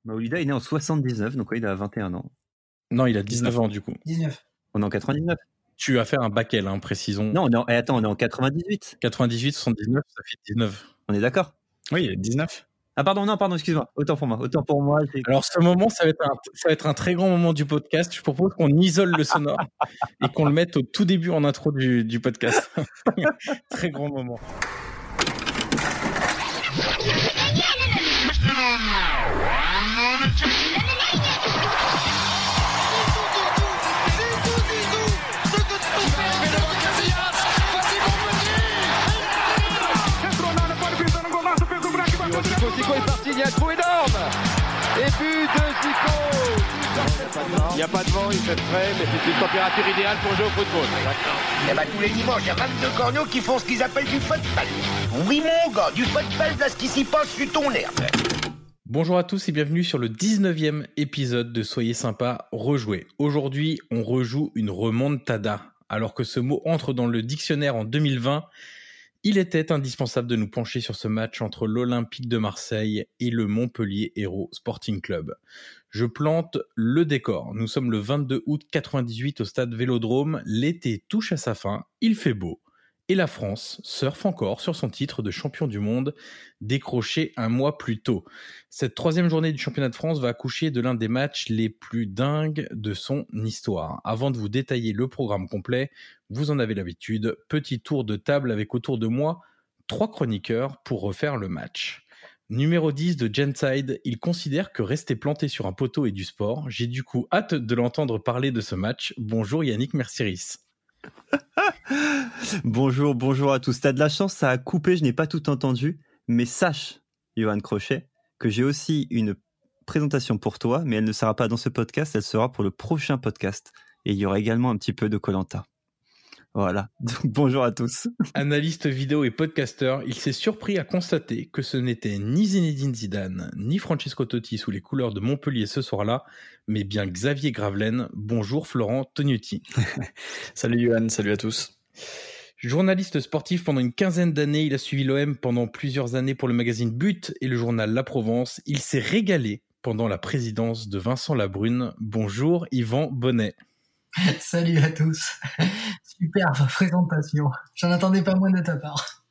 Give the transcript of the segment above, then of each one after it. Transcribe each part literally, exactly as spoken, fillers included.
Maoulida est né en soixante-dix-neuf, donc ouais, il a vingt et un ans. Non, il a dix-neuf ans du coup. dix-neuf. On est en quatre-vingt-dix-neuf. Tu as fait un bac L, hein, précisons. Non, on est en... eh, attends, on est en quatre-vingt-dix-huit. quatre-vingt-dix-huit, soixante-dix-neuf, ça fait dix-neuf. On est d'accord? Oui, il est dix-neuf. Ah pardon, non, pardon, excuse-moi. Autant pour moi, autant pour moi. J'ai... Alors ce moment, ça va, être un, ça va être un très grand moment du podcast. Je propose qu'on isole le sonore et qu'on le mette au tout début en intro du, du podcast. Très grand moment. Zico est parti, il y a un trou énorme. Et but de Zico. Il n'y a pas de vent, il fait frais, mais c'est une température idéale pour jouer au football. Eh ben tous les dimanches, il y a vingt-deux corneaux qui font ce qu'ils appellent du football. Oui mon gars, du football, là ce qui s'y passe sur ton herbe. Bonjour à tous et bienvenue sur le dix-neuvième épisode de Soyez sympa, rejouez. Aujourd'hui, on rejoue une remontada. Alors que ce mot entre dans le dictionnaire en deux mille vingt, il était indispensable de nous pencher sur ce match entre l'Olympique de Marseille et le Montpellier Hérault Sporting Club. Je plante le décor. Nous sommes le vingt-deux août quatre-vingt-dix-huit au stade Vélodrome. L'été touche à sa fin, il fait beau. Et la France surfe encore sur son titre de champion du monde, décroché un mois plus tôt. Cette troisième journée du championnat de France va accoucher de l'un des matchs les plus dingues de son histoire. Avant de vous détailler le programme complet, vous en avez l'habitude, petit tour de table avec autour de moi trois chroniqueurs pour refaire le match. Numéro dix de Genside, il considère que rester planté sur un poteau est du sport. J'ai du coup hâte de l'entendre parler de ce match. Bonjour Yannick Mercieris. Bonjour, bonjour à tous. T'as de la chance, ça a coupé, je n'ai pas tout entendu. Mais sache, Johan Crochet, que j'ai aussi une présentation pour toi, mais elle ne sera pas dans ce podcast, elle sera pour le prochain podcast. Et il y aura également un petit peu de Koh-Lanta. Voilà, donc bonjour à tous. Analyste vidéo et podcasteur, il s'est surpris à constater que ce n'était ni Zinedine Zidane, ni Francesco Totti sous les couleurs de Montpellier ce soir-là, mais bien Xavier Gravelaine. Bonjour Florent Tognuti. Salut Johan, salut à tous. Journaliste sportif pendant une quinzaine d'années, il a suivi l'O M pendant plusieurs années pour le magazine But et le journal La Provence. Il s'est régalé pendant la présidence de Vincent Labrune. Bonjour Yvan Bonnet. Salut à tous. Super présentation. J'en attendais pas moins de ta part.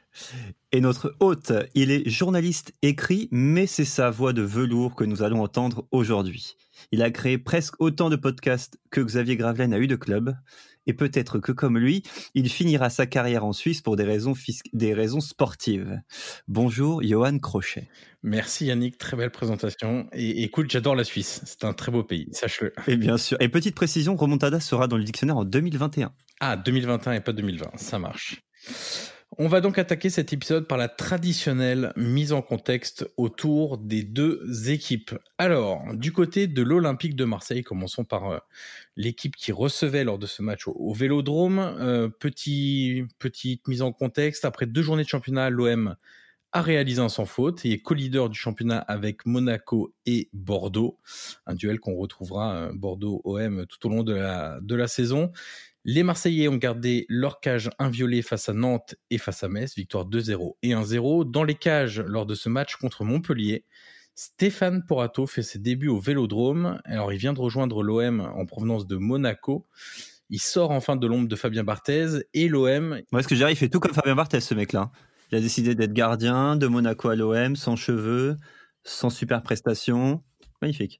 Et notre hôte, il est journaliste écrit, mais c'est sa voix de velours que nous allons entendre aujourd'hui. Il a créé presque autant de podcasts que Xavier Gravelaine a eu de clubs. Et peut-être que comme lui, il finira sa carrière en Suisse pour des raisons, fis- des raisons sportives. Bonjour, Johan Crochet. Merci Yannick, très belle présentation. Et écoute, j'adore la Suisse, c'est un très beau pays, sache-le. Et bien sûr. Et petite précision, Remontada sera dans le dictionnaire en deux mille vingt et un. Ah, deux mille vingt et un et pas deux mille vingt, ça marche. On va donc attaquer cet épisode par la traditionnelle mise en contexte autour des deux équipes. Alors, du côté de l'Olympique de Marseille, commençons par euh, l'équipe qui recevait lors de ce match au, au Vélodrome. Euh, petit, petite mise en contexte, après deux journées de championnat, l'O M a réalisé un sans faute et est co-leader du championnat avec Monaco et Bordeaux. Un duel qu'on retrouvera euh, Bordeaux-O M tout au long de la, de la saison. Les Marseillais ont gardé leur cage inviolée face à Nantes et face à Metz, victoire deux zéro et un zéro. Dans les cages, lors de ce match contre Montpellier, Stéphane Porato fait ses débuts au Vélodrome. Alors, il vient de rejoindre l'O M en provenance de Monaco. Il sort enfin de l'ombre de Fabien Barthez et l'O M... Ouais, ce que je dirais, il fait tout comme Fabien Barthez, ce mec-là. Il a décidé d'être gardien de Monaco à l'O M, sans cheveux, sans super prestations. Magnifique.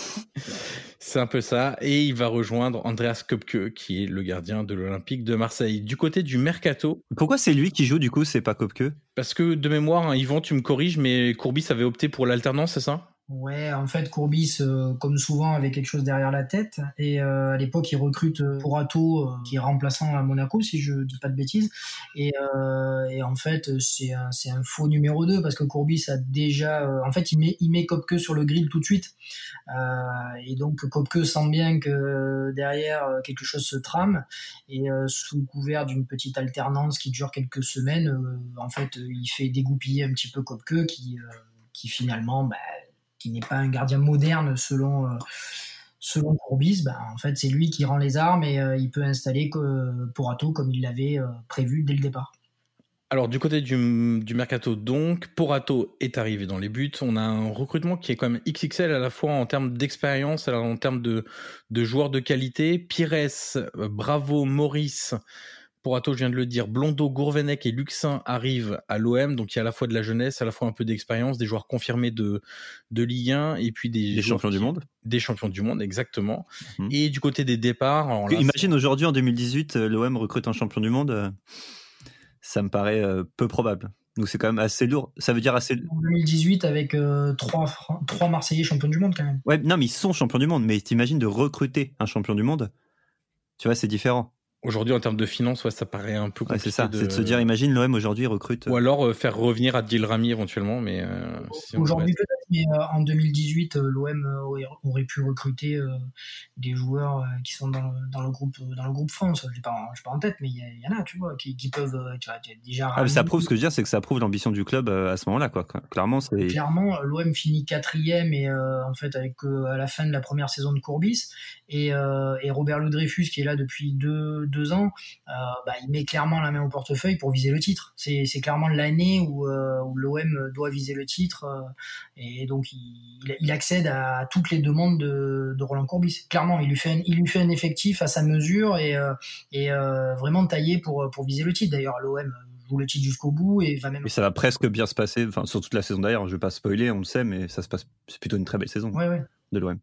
C'est un peu ça. Et il va rejoindre Andreas Köpke, qui est le gardien de l'Olympique de Marseille. Du côté du mercato... Pourquoi c'est lui qui joue, du coup, c'est pas Köpke ? Parce que, de mémoire, hein, Yvan, tu me corriges, mais Courbis avait opté pour l'alternance, c'est ça ? Ouais, en fait, Courbis, euh, comme souvent, avait quelque chose derrière la tête. Et euh, à l'époque, il recrute euh, Porato, euh, qui est remplaçant à Monaco, si je dis pas de bêtises. Et, euh, et en fait, c'est un, c'est un faux numéro deux, parce que Courbis a déjà... Euh, en fait, il met, il met Köpke sur le grill tout de suite. Euh, et donc, Köpke sent bien que derrière, quelque chose se trame. Et euh, sous couvert d'une petite alternance qui dure quelques semaines, euh, en fait, il fait dégoupiller un petit peu Köpke, qui, euh, qui finalement... Bah, qui n'est pas un gardien moderne selon, euh, selon Courbis, ben, en fait, c'est lui qui rend les armes et euh, il peut installer que, Porato comme il l'avait euh, prévu dès le départ. Alors du côté du, du mercato, donc, Porato est arrivé dans les buts. On a un recrutement qui est quand même X X L à la fois en termes d'expérience, en termes de, de joueurs de qualité. Pires, Bravo, Maurice, Porato, je viens de le dire, Blondeau, Gourvenec et Luxin arrivent à l'O M. Donc il y a à la fois de la jeunesse, à la fois un peu d'expérience, des joueurs confirmés de, de Ligue un et puis des, des champions qui, du monde. Des champions du monde, exactement. Mmh. Et du côté des départs... Alors là, imagine c'est... aujourd'hui, en deux mille dix-huit, l'O M recrute un champion du monde. Euh... Ça me paraît euh, peu probable. Donc c'est quand même assez lourd. Ça veut dire assez. En deux mille dix-huit avec euh, trois, trois Marseillais champions du monde quand même. Ouais, non, mais ils sont champions du monde. Mais t'imagines de recruter un champion du monde. Tu vois, c'est différent. Aujourd'hui, en termes de finances, ouais, ça paraît un peu compliqué. Ouais, c'est ça. De... C'est de se dire, imagine l'O M aujourd'hui recrute. Ou alors euh, faire revenir Adil Rami éventuellement, mais euh, si aujourd'hui peut-être. Mais euh, en deux mille dix-huit, euh, l'O M aurait, aurait pu recruter euh, des joueurs euh, qui sont dans le, dans le groupe dans le groupe France. Je n'ai pas, pas en tête, mais il y, y en a, tu vois, qui, qui peuvent euh, tu vois, déjà. Ah, mais ça prouve ce que je veux dire, c'est que ça prouve l'ambition du club euh, à ce moment-là, quoi. Clairement, c'est. Clairement, l'O M finit quatrième et euh, en fait avec euh, à la fin de la première saison de Courbis et, euh, et Robert Louis Dreyfus qui est là depuis deux deux ans, euh, bah, il met clairement la main au portefeuille pour viser le titre. C'est, c'est clairement l'année où, euh, où l'O M doit viser le titre. Euh, et Et donc, il, il accède à toutes les demandes de, de Roland Courbis. Clairement, il lui fait un, il lui fait un effectif à sa mesure et, euh, et euh, vraiment taillé pour, pour viser le titre. D'ailleurs, l'O M joue le titre jusqu'au bout et va même. Et ça va presque bien se passer, enfin, sur toute la saison d'ailleurs. Je ne vais pas spoiler, on le sait, mais ça se passe. C'est plutôt une très belle saison ouais, ouais. de l'O M.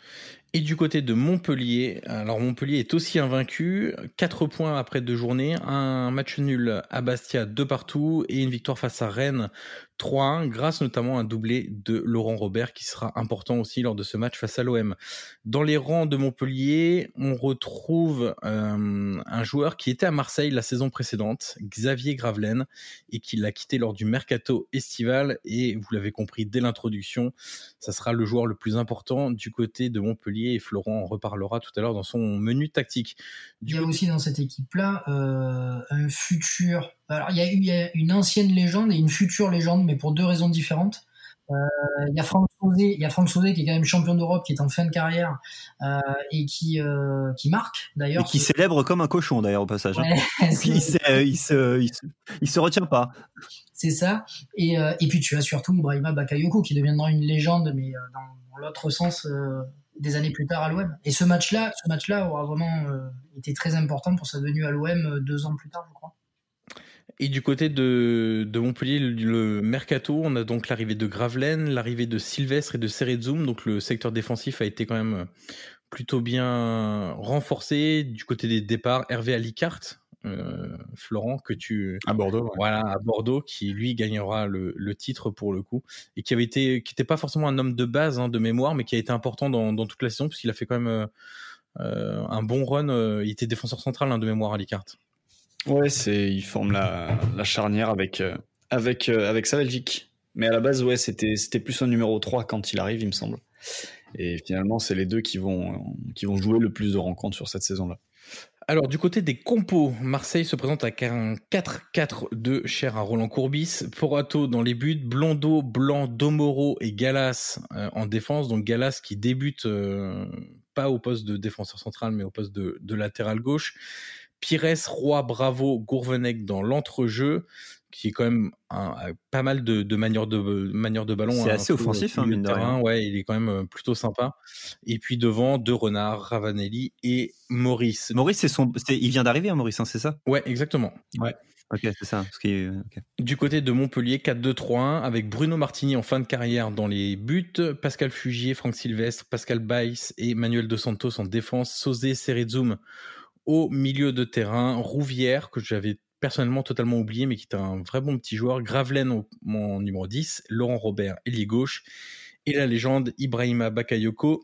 Et du côté de Montpellier, alors Montpellier est aussi invaincu, quatre points après deux journées, un match nul à Bastia, deux partout, et une victoire face à Rennes, trois à un, grâce notamment à un doublé de Laurent Robert, qui sera important aussi lors de ce match face à l'O M. Dans les rangs de Montpellier, on retrouve euh, un joueur qui était à Marseille la saison précédente, Xavier Gravelaine, et qui l'a quitté lors du mercato estival, et vous l'avez compris dès l'introduction, ça sera le joueur le plus important du côté de Montpellier, et Florent en reparlera tout à l'heure dans son menu tactique. Du... Il y a aussi dans cette équipe-là euh, un futur... Alors, il y, a, il y a une ancienne légende et une future légende, mais pour deux raisons différentes. Euh, il y a Franck Sauzet, il y a Franck Sauzet qui est quand même champion d'Europe, qui est en fin de carrière euh, et qui euh, qui marque d'ailleurs. Et qui c'est... célèbre comme un cochon d'ailleurs au passage. Ouais, hein. il, se, il, se, il, se, il se retient pas. C'est ça. Et euh, et puis tu as surtout Ibrahima Bakayoko qui deviendra une légende, mais euh, dans, dans l'autre sens. Euh, des années plus tard à l'O M. Et ce match-là, ce match-là aura vraiment euh, été très important pour sa venue à l'O M euh, deux ans plus tard, je crois. Et du côté de, de Montpellier, le, le mercato, on a donc l'arrivée de Gravelaine, l'arrivée de Sylvestre et de Cerezoum. Donc le secteur défensif a été quand même plutôt bien renforcé. Du côté des départs, Hervé Alicart, euh, Florent, que tu à Bordeaux, ouais. Voilà, à Bordeaux, qui lui gagnera le, le titre pour le coup, et qui avait été, qui n'était pas forcément un homme de base hein, de mémoire, mais qui a été important dans, dans toute la saison parce qu'il a fait quand même euh, un bon run. Euh, il était défenseur central hein, de mémoire, Alicart. Ouais, c'est, il forme la, la charnière avec euh, avec euh, avec Saveljic. Mais à la base, ouais, c'était c'était plus un numéro trois quand il arrive, il me semble. Et finalement, c'est les deux qui vont qui vont jouer le plus de rencontres sur cette saison-là. Alors, du côté des compos, Marseille se présente avec un quatre quatre deux cher à Roland Courbis. Porato dans les buts, Blondeau, Blanc, Domoro et Gallas euh, en défense. Donc Gallas qui débute euh, pas au poste de défenseur central, mais au poste de, de latéral gauche. Pires, Roy, Bravo, Gourvenec dans l'entrejeu, qui est quand même un, un, pas mal de, de manières de, manière de ballon. C'est hein, assez offensif, hein, mine de rien. Ouais, il est quand même plutôt sympa. Et puis devant, De Renard, Ravanelli et Maurice. Maurice, c'est son, c'est, il vient d'arriver, hein, Maurice, hein, c'est ça ? Ouais, exactement. Ouais. Ok, c'est ça. Parce qu'il... okay. Du côté de Montpellier, quatre deux trois un, avec Bruno Martini en fin de carrière dans les buts, Pascal Fugier, Franck Sylvestre, Pascal Baïs et Manuel Dos Santos en défense, Sauzet, Cerezoum au milieu de terrain, Rouvière, que j'avais personnellement totalement oublié, mais qui est un vrai bon petit joueur, Gravelaine au, mon numéro dix, Laurent Robert, ailier gauche, et la légende Ibrahima Bakayoko,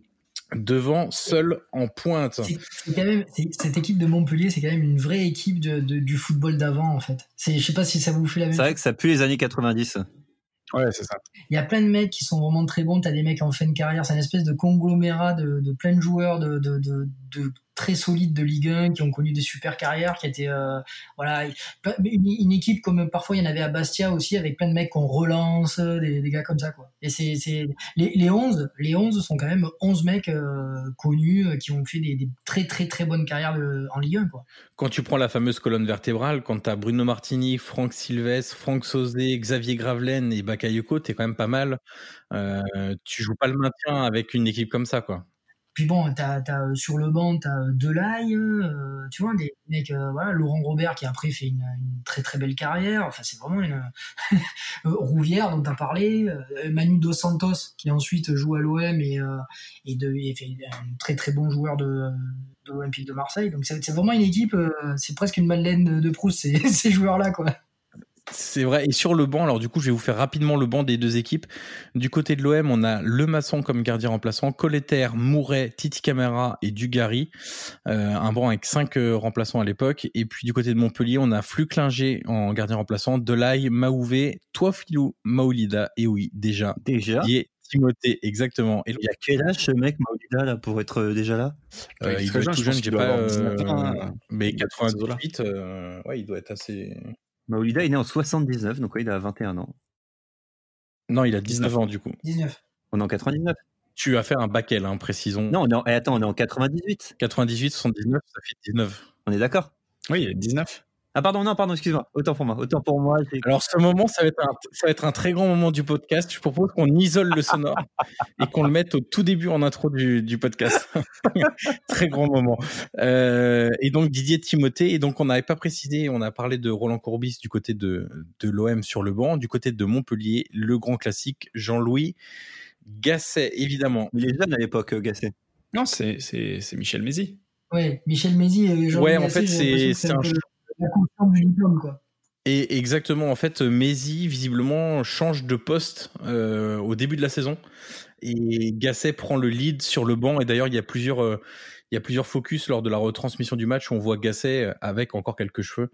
devant, seul en pointe. C'est, c'est quand même, c'est, cette équipe de Montpellier, c'est quand même une vraie équipe de, de, du football d'avant, en fait. C'est, je sais pas si ça vous fait la même chose. C'est vrai que ça pue les années quatre-vingt-dix. Ouais, c'est ça. Il y a plein de mecs qui sont vraiment très bons. T'as des mecs en fin de carrière. C'est une espèce de conglomérat de, de plein de joueurs de, de, de, de très solides de Ligue un, qui ont connu des super carrières, qui étaient euh, voilà une, une équipe comme parfois il y en avait à Bastia aussi, avec plein de mecs qu'on relance, des, des gars comme ça quoi. Et c'est c'est les les onze les onze sont quand même onze mecs euh, connus euh, qui ont fait des, des très très très bonnes carrières de, en Ligue un quoi. Quand tu prends la fameuse colonne vertébrale, quand t'as Bruno Martini, Franck Sylvestre, Franck Sauzet, Xavier Gravelaine et Bakayoko, t'es quand même pas mal. Euh, tu joues pas le maintien avec une équipe comme ça, quoi. Puis bon, t'as, t'as sur le banc, t'as Delaye, euh, tu vois, des mecs, euh, voilà, Laurent Robert qui après fait une, une très très belle carrière. Enfin, c'est vraiment une Rouvière dont t'as parlé, euh, Manu Dos Santos qui ensuite joue à l'O M et, euh, et, de, et fait un très très bon joueur de, de l'Olympique de Marseille. Donc c'est, c'est vraiment une équipe, euh, c'est presque une Madeleine de, de Proust ces, ces joueurs-là, quoi. C'est vrai. Et sur le banc, alors du coup, je vais vous faire rapidement le banc des deux équipes. Du côté de l'O M, on a Le Masson comme gardien remplaçant, Colletter, Mouret, Titi Camara et Dugarry. Euh, un banc avec cinq euh, remplaçants à l'époque. Et puis du côté de Montpellier, on a Fluclinger en gardien remplaçant, Delaye, Maouvé, Toifilou, Maoulida. Et oui, déjà. Déjà. Et Timothée, exactement. Et il y a quel âge ce mec, Maoulida, là, pour être euh, déjà là euh, Il doit être tout jeune, j'ai pas. Euh, mais quatre-vingt-dix-huit, euh, ouais, il doit être assez. Maoulida est né en soixante-dix-neuf, donc ouais, il a vingt et un ans. Non, il a dix-neuf ans du coup. dix-neuf. On est en quatre-vingt-dix-neuf. Tu as fait un bac L, hein, précisons. Non, on est en... Eh, attends, on est en quatre-vingt-dix-huit. quatre-vingt-dix-huit, soixante-dix-neuf, ça fait dix-neuf. On est d'accord ? Oui, dix-neuf. Ah pardon, non, pardon, excuse-moi. Autant pour moi, autant pour moi. J'ai... Alors ce moment, ça va, être un, ça va être un très grand moment du podcast. Je propose qu'on isole le sonore et qu'on le mette au tout début en intro du, du podcast. Très grand moment. Euh, et donc Didier Timothée. Et donc on n'avait pas précisé, on a parlé de Roland Courbis du côté de, de l'O M sur le banc. Du côté de Montpellier, le grand classique, Jean-Louis Gasset, évidemment. Il est jeune à l'époque, Gasset. Non, c'est, c'est, c'est Michel Mézy. Oui, Michel Mézy et Jean-Louis Ouais, en Gasset, fait, c'est, c'est un... la conscience du diplôme, quoi. Et exactement, en fait, Mézy, visiblement, change de poste euh, au début de la saison. Et Gasset prend le lead sur le banc. Et d'ailleurs, il y a plusieurs... Euh, Il y a plusieurs focus lors de la retransmission du match où on voit Gasset avec encore quelques cheveux,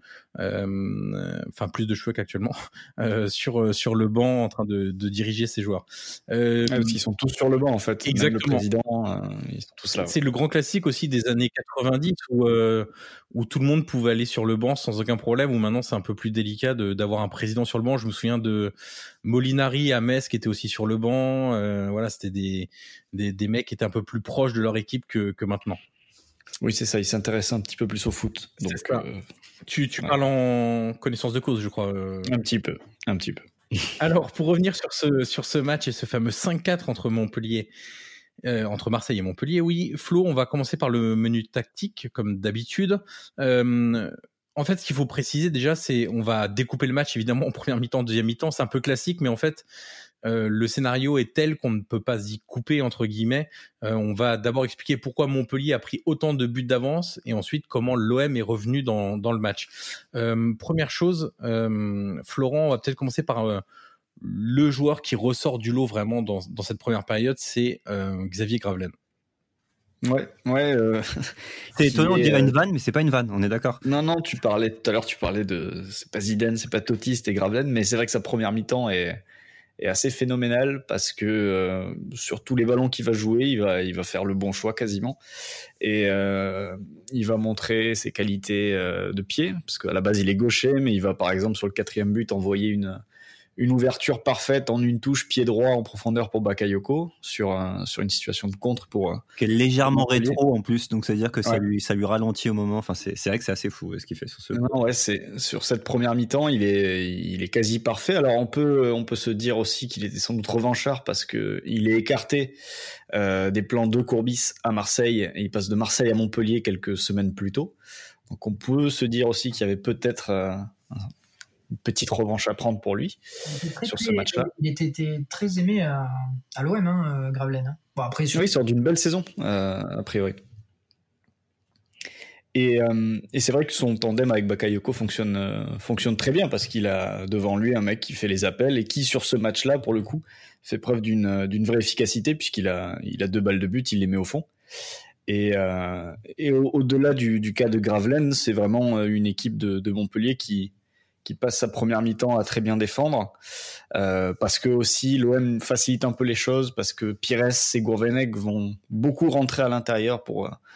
euh, enfin plus de cheveux qu'actuellement, euh, sur sur le banc en train de, de diriger ses joueurs. Euh, ah, parce qu'ils sont tous sur le banc en fait. Exactement. Même le président, euh, ils sont tous là. C'est ouais. Le grand classique aussi des années quatre-vingt-dix où euh, où tout le monde pouvait aller sur le banc sans aucun problème. Où maintenant c'est un peu plus délicat de, d'avoir un président sur le banc. Je me souviens de Molinari à Metz qui était aussi sur le banc. Euh, voilà, c'était des, des des mecs qui étaient un peu plus proches de leur équipe que que maintenant. Oui, c'est ça. Ils s'intéressaient un petit peu plus au foot. Donc, euh, tu tu ouais. parles en connaissance de cause, je crois. Euh... Un petit peu, un petit peu. Alors, pour revenir sur ce sur ce match et ce fameux cinq quatre entre Montpellier, euh, entre Marseille et Montpellier, oui, Flo, on va commencer par le menu tactique comme d'habitude. Euh, En fait, ce qu'il faut préciser déjà, c'est on va découper le match évidemment en première mi-temps, deuxième mi-temps. C'est un peu classique, mais en fait, euh, le scénario est tel qu'on ne peut pas y couper entre guillemets. Euh, on va d'abord expliquer pourquoi Montpellier a pris autant de buts d'avance et ensuite comment l'O M est revenu dans dans le match. Euh, première chose, euh, Florent, on va peut-être commencer par euh, le joueur qui ressort du lot vraiment dans dans cette première période, c'est euh, Xavier Gravelaine. Ouais, ouais. Euh, c'est étonnant, on dirait euh... une vanne, mais c'est pas une vanne, on est d'accord. Non, non, tu parlais tout à l'heure, tu parlais de, c'est pas Zidane, c'est pas Totti, c'était Gravelaine, mais c'est vrai que sa première mi-temps est, est assez phénoménale parce que euh, sur tous les ballons qu'il va jouer, il va, il va faire le bon choix quasiment, et euh, il va montrer ses qualités euh, de pied, parce qu'à la base il est gaucher, mais il va par exemple sur le quatrième but envoyer une une ouverture parfaite en une touche pied droit en profondeur pour Bakayoko sur un, sur une situation de contre pour qui est légèrement rétro en plus, donc ça veut dire que ça ouais. lui ça lui ralentit au moment. Enfin c'est c'est vrai que c'est assez fou ce qu'il fait sur ce. Non, ouais, c'est sur cette première mi-temps, il est il est quasi parfait. Alors on peut on peut se dire aussi qu'il était sans doute revanchard parce que il est écarté euh, des plans de Courbis à Marseille et il passe de Marseille à Montpellier quelques semaines plus tôt. Donc on peut se dire aussi qu'il y avait peut-être euh, une petite revanche à prendre pour lui sur ce match-là. Il était, était très aimé à, à l'O M, hein, Gravelaine. Hein. Bon, après, sur... Oui, il sort d'une belle saison, euh, a priori. Et, euh, et c'est vrai que son tandem avec Bakayoko fonctionne, euh, fonctionne très bien parce qu'il a devant lui un mec qui fait les appels et qui, sur ce match-là, pour le coup, fait preuve d'une, d'une vraie efficacité puisqu'il a, il a deux balles de but, il les met au fond. Et, euh, et au, au-delà du, du cas de Gravelaine, c'est vraiment une équipe de, de Montpellier qui qui passe sa première mi-temps à très bien défendre, euh, parce que aussi l'O M facilite un peu les choses, parce que Pires et Gourvenec vont beaucoup rentrer à l'intérieur pour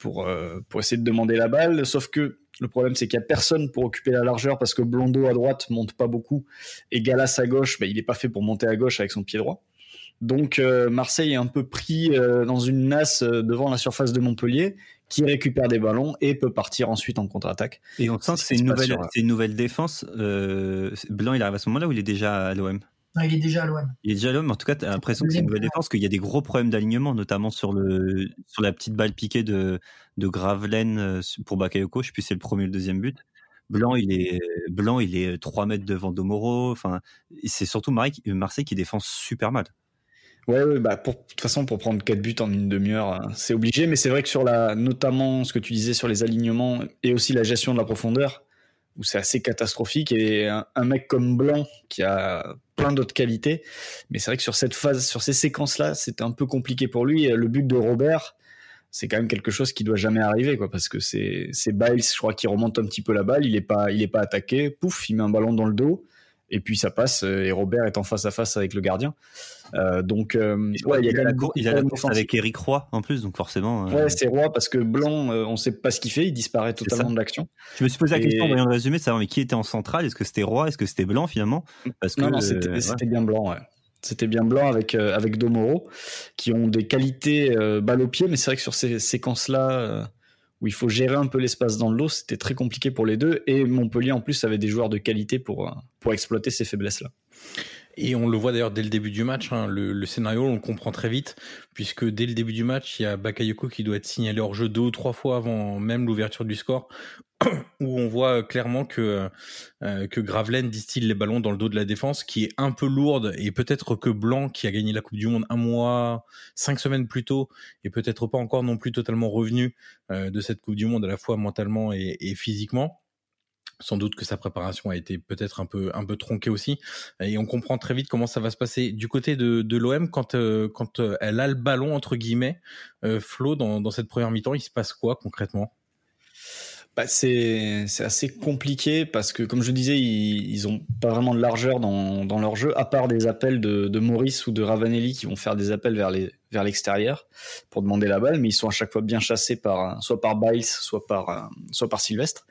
pour, euh, pour essayer de demander la balle. Sauf que le problème, c'est qu'il n'y a personne pour occuper la largeur parce que Blondeau à droite monte pas beaucoup et Gallas à gauche, bah, il n'est pas fait pour monter à gauche avec son pied droit. Donc euh, Marseille est un peu pris euh, dans une nasse euh, devant la surface de Montpellier, qui récupère des ballons et peut partir ensuite en contre-attaque. Et on sent que c'est une nouvelle, sur... c'est une nouvelle défense. Euh, Blanc, il arrive à ce moment-là où il est déjà à l'O M? Non, il est déjà à l'O M. Il est déjà à l'O M, en tout cas, tu as l'impression que c'est une nouvelle défense, qu'il y a des gros problèmes d'alignement, notamment sur, le, sur la petite balle piquée de, de Gravelaine pour Bakayoko. Je sais plus si c'est le premier ou le deuxième but. Blanc, il est, Blanc, il est trois mètres devant Domoro. Enfin, c'est surtout Marseille qui défend super mal. Ouais, ouais, bah pour, de toute façon, pour prendre quatre buts en une demi-heure, c'est obligé. Mais c'est vrai que sur la, notamment ce que tu disais sur les alignements et aussi la gestion de la profondeur, où c'est assez catastrophique, et un, un mec comme Blanc qui a plein d'autres qualités, mais c'est vrai que sur cette phase, sur ces séquences-là, c'était un peu compliqué pour lui. Le but de Robert, c'est quand même quelque chose qui doit jamais arriver, quoi, parce que c'est, c'est Biles, je crois, qui remonte un petit peu la balle, il est pas, il est pas attaqué, pouf, il met un ballon dans le dos. Et puis ça passe, et Robert est en face à face avec le gardien. Euh, donc, euh, ouais, il, il a la, cour- il a la course avec Eric Roy en plus, donc forcément. Euh... Ouais, c'est Roy parce que Blanc, euh, on ne sait pas ce qu'il fait, il disparaît totalement de l'action. Je me suis posé la et... question en voyant le résumé de savoir mais qui était en centrale, est-ce que c'était Roy, est-ce que c'était Blanc finalement? Parce que, Non, non, c'était, euh, c'était ouais. bien Blanc, ouais. C'était bien Blanc avec, euh, avec Domoro, qui ont des qualités euh, balle au pied, mais c'est vrai que sur ces séquences-là. Euh, où il faut gérer un peu l'espace dans le dos, c'était très compliqué pour les deux, et Montpellier en plus avait des joueurs de qualité pour, pour exploiter ces faiblesses-là. Et on le voit d'ailleurs dès le début du match, hein, le, le scénario on le comprend très vite, puisque dès le début du match, il y a Bakayoko qui doit être signalé hors jeu deux ou trois fois avant même l'ouverture du score, où on voit clairement que, euh, que Gravelaine distille les ballons dans le dos de la défense, qui est un peu lourde, et peut-être que Blanc, qui a gagné la Coupe du Monde un mois, cinq semaines plus tôt, et peut-être pas encore non plus totalement revenu euh, de cette Coupe du Monde, à la fois mentalement et, et physiquement. Sans doute que sa préparation a été peut-être un peu un peu tronquée aussi, et on comprend très vite comment ça va se passer du côté de de l'O M quand euh, quand euh, elle a le ballon entre guillemets. Euh, Flo, dans dans cette première mi-temps, il se passe quoi concrètement? Bah c'est c'est assez compliqué parce que comme je disais, ils ils ont pas vraiment de largeur dans dans leur jeu, à part des appels de de Maurice ou de Ravanelli qui vont faire des appels vers les vers l'extérieur pour demander la balle, mais ils sont à chaque fois bien chassés par soit par Biles, soit par soit par Sylvestre.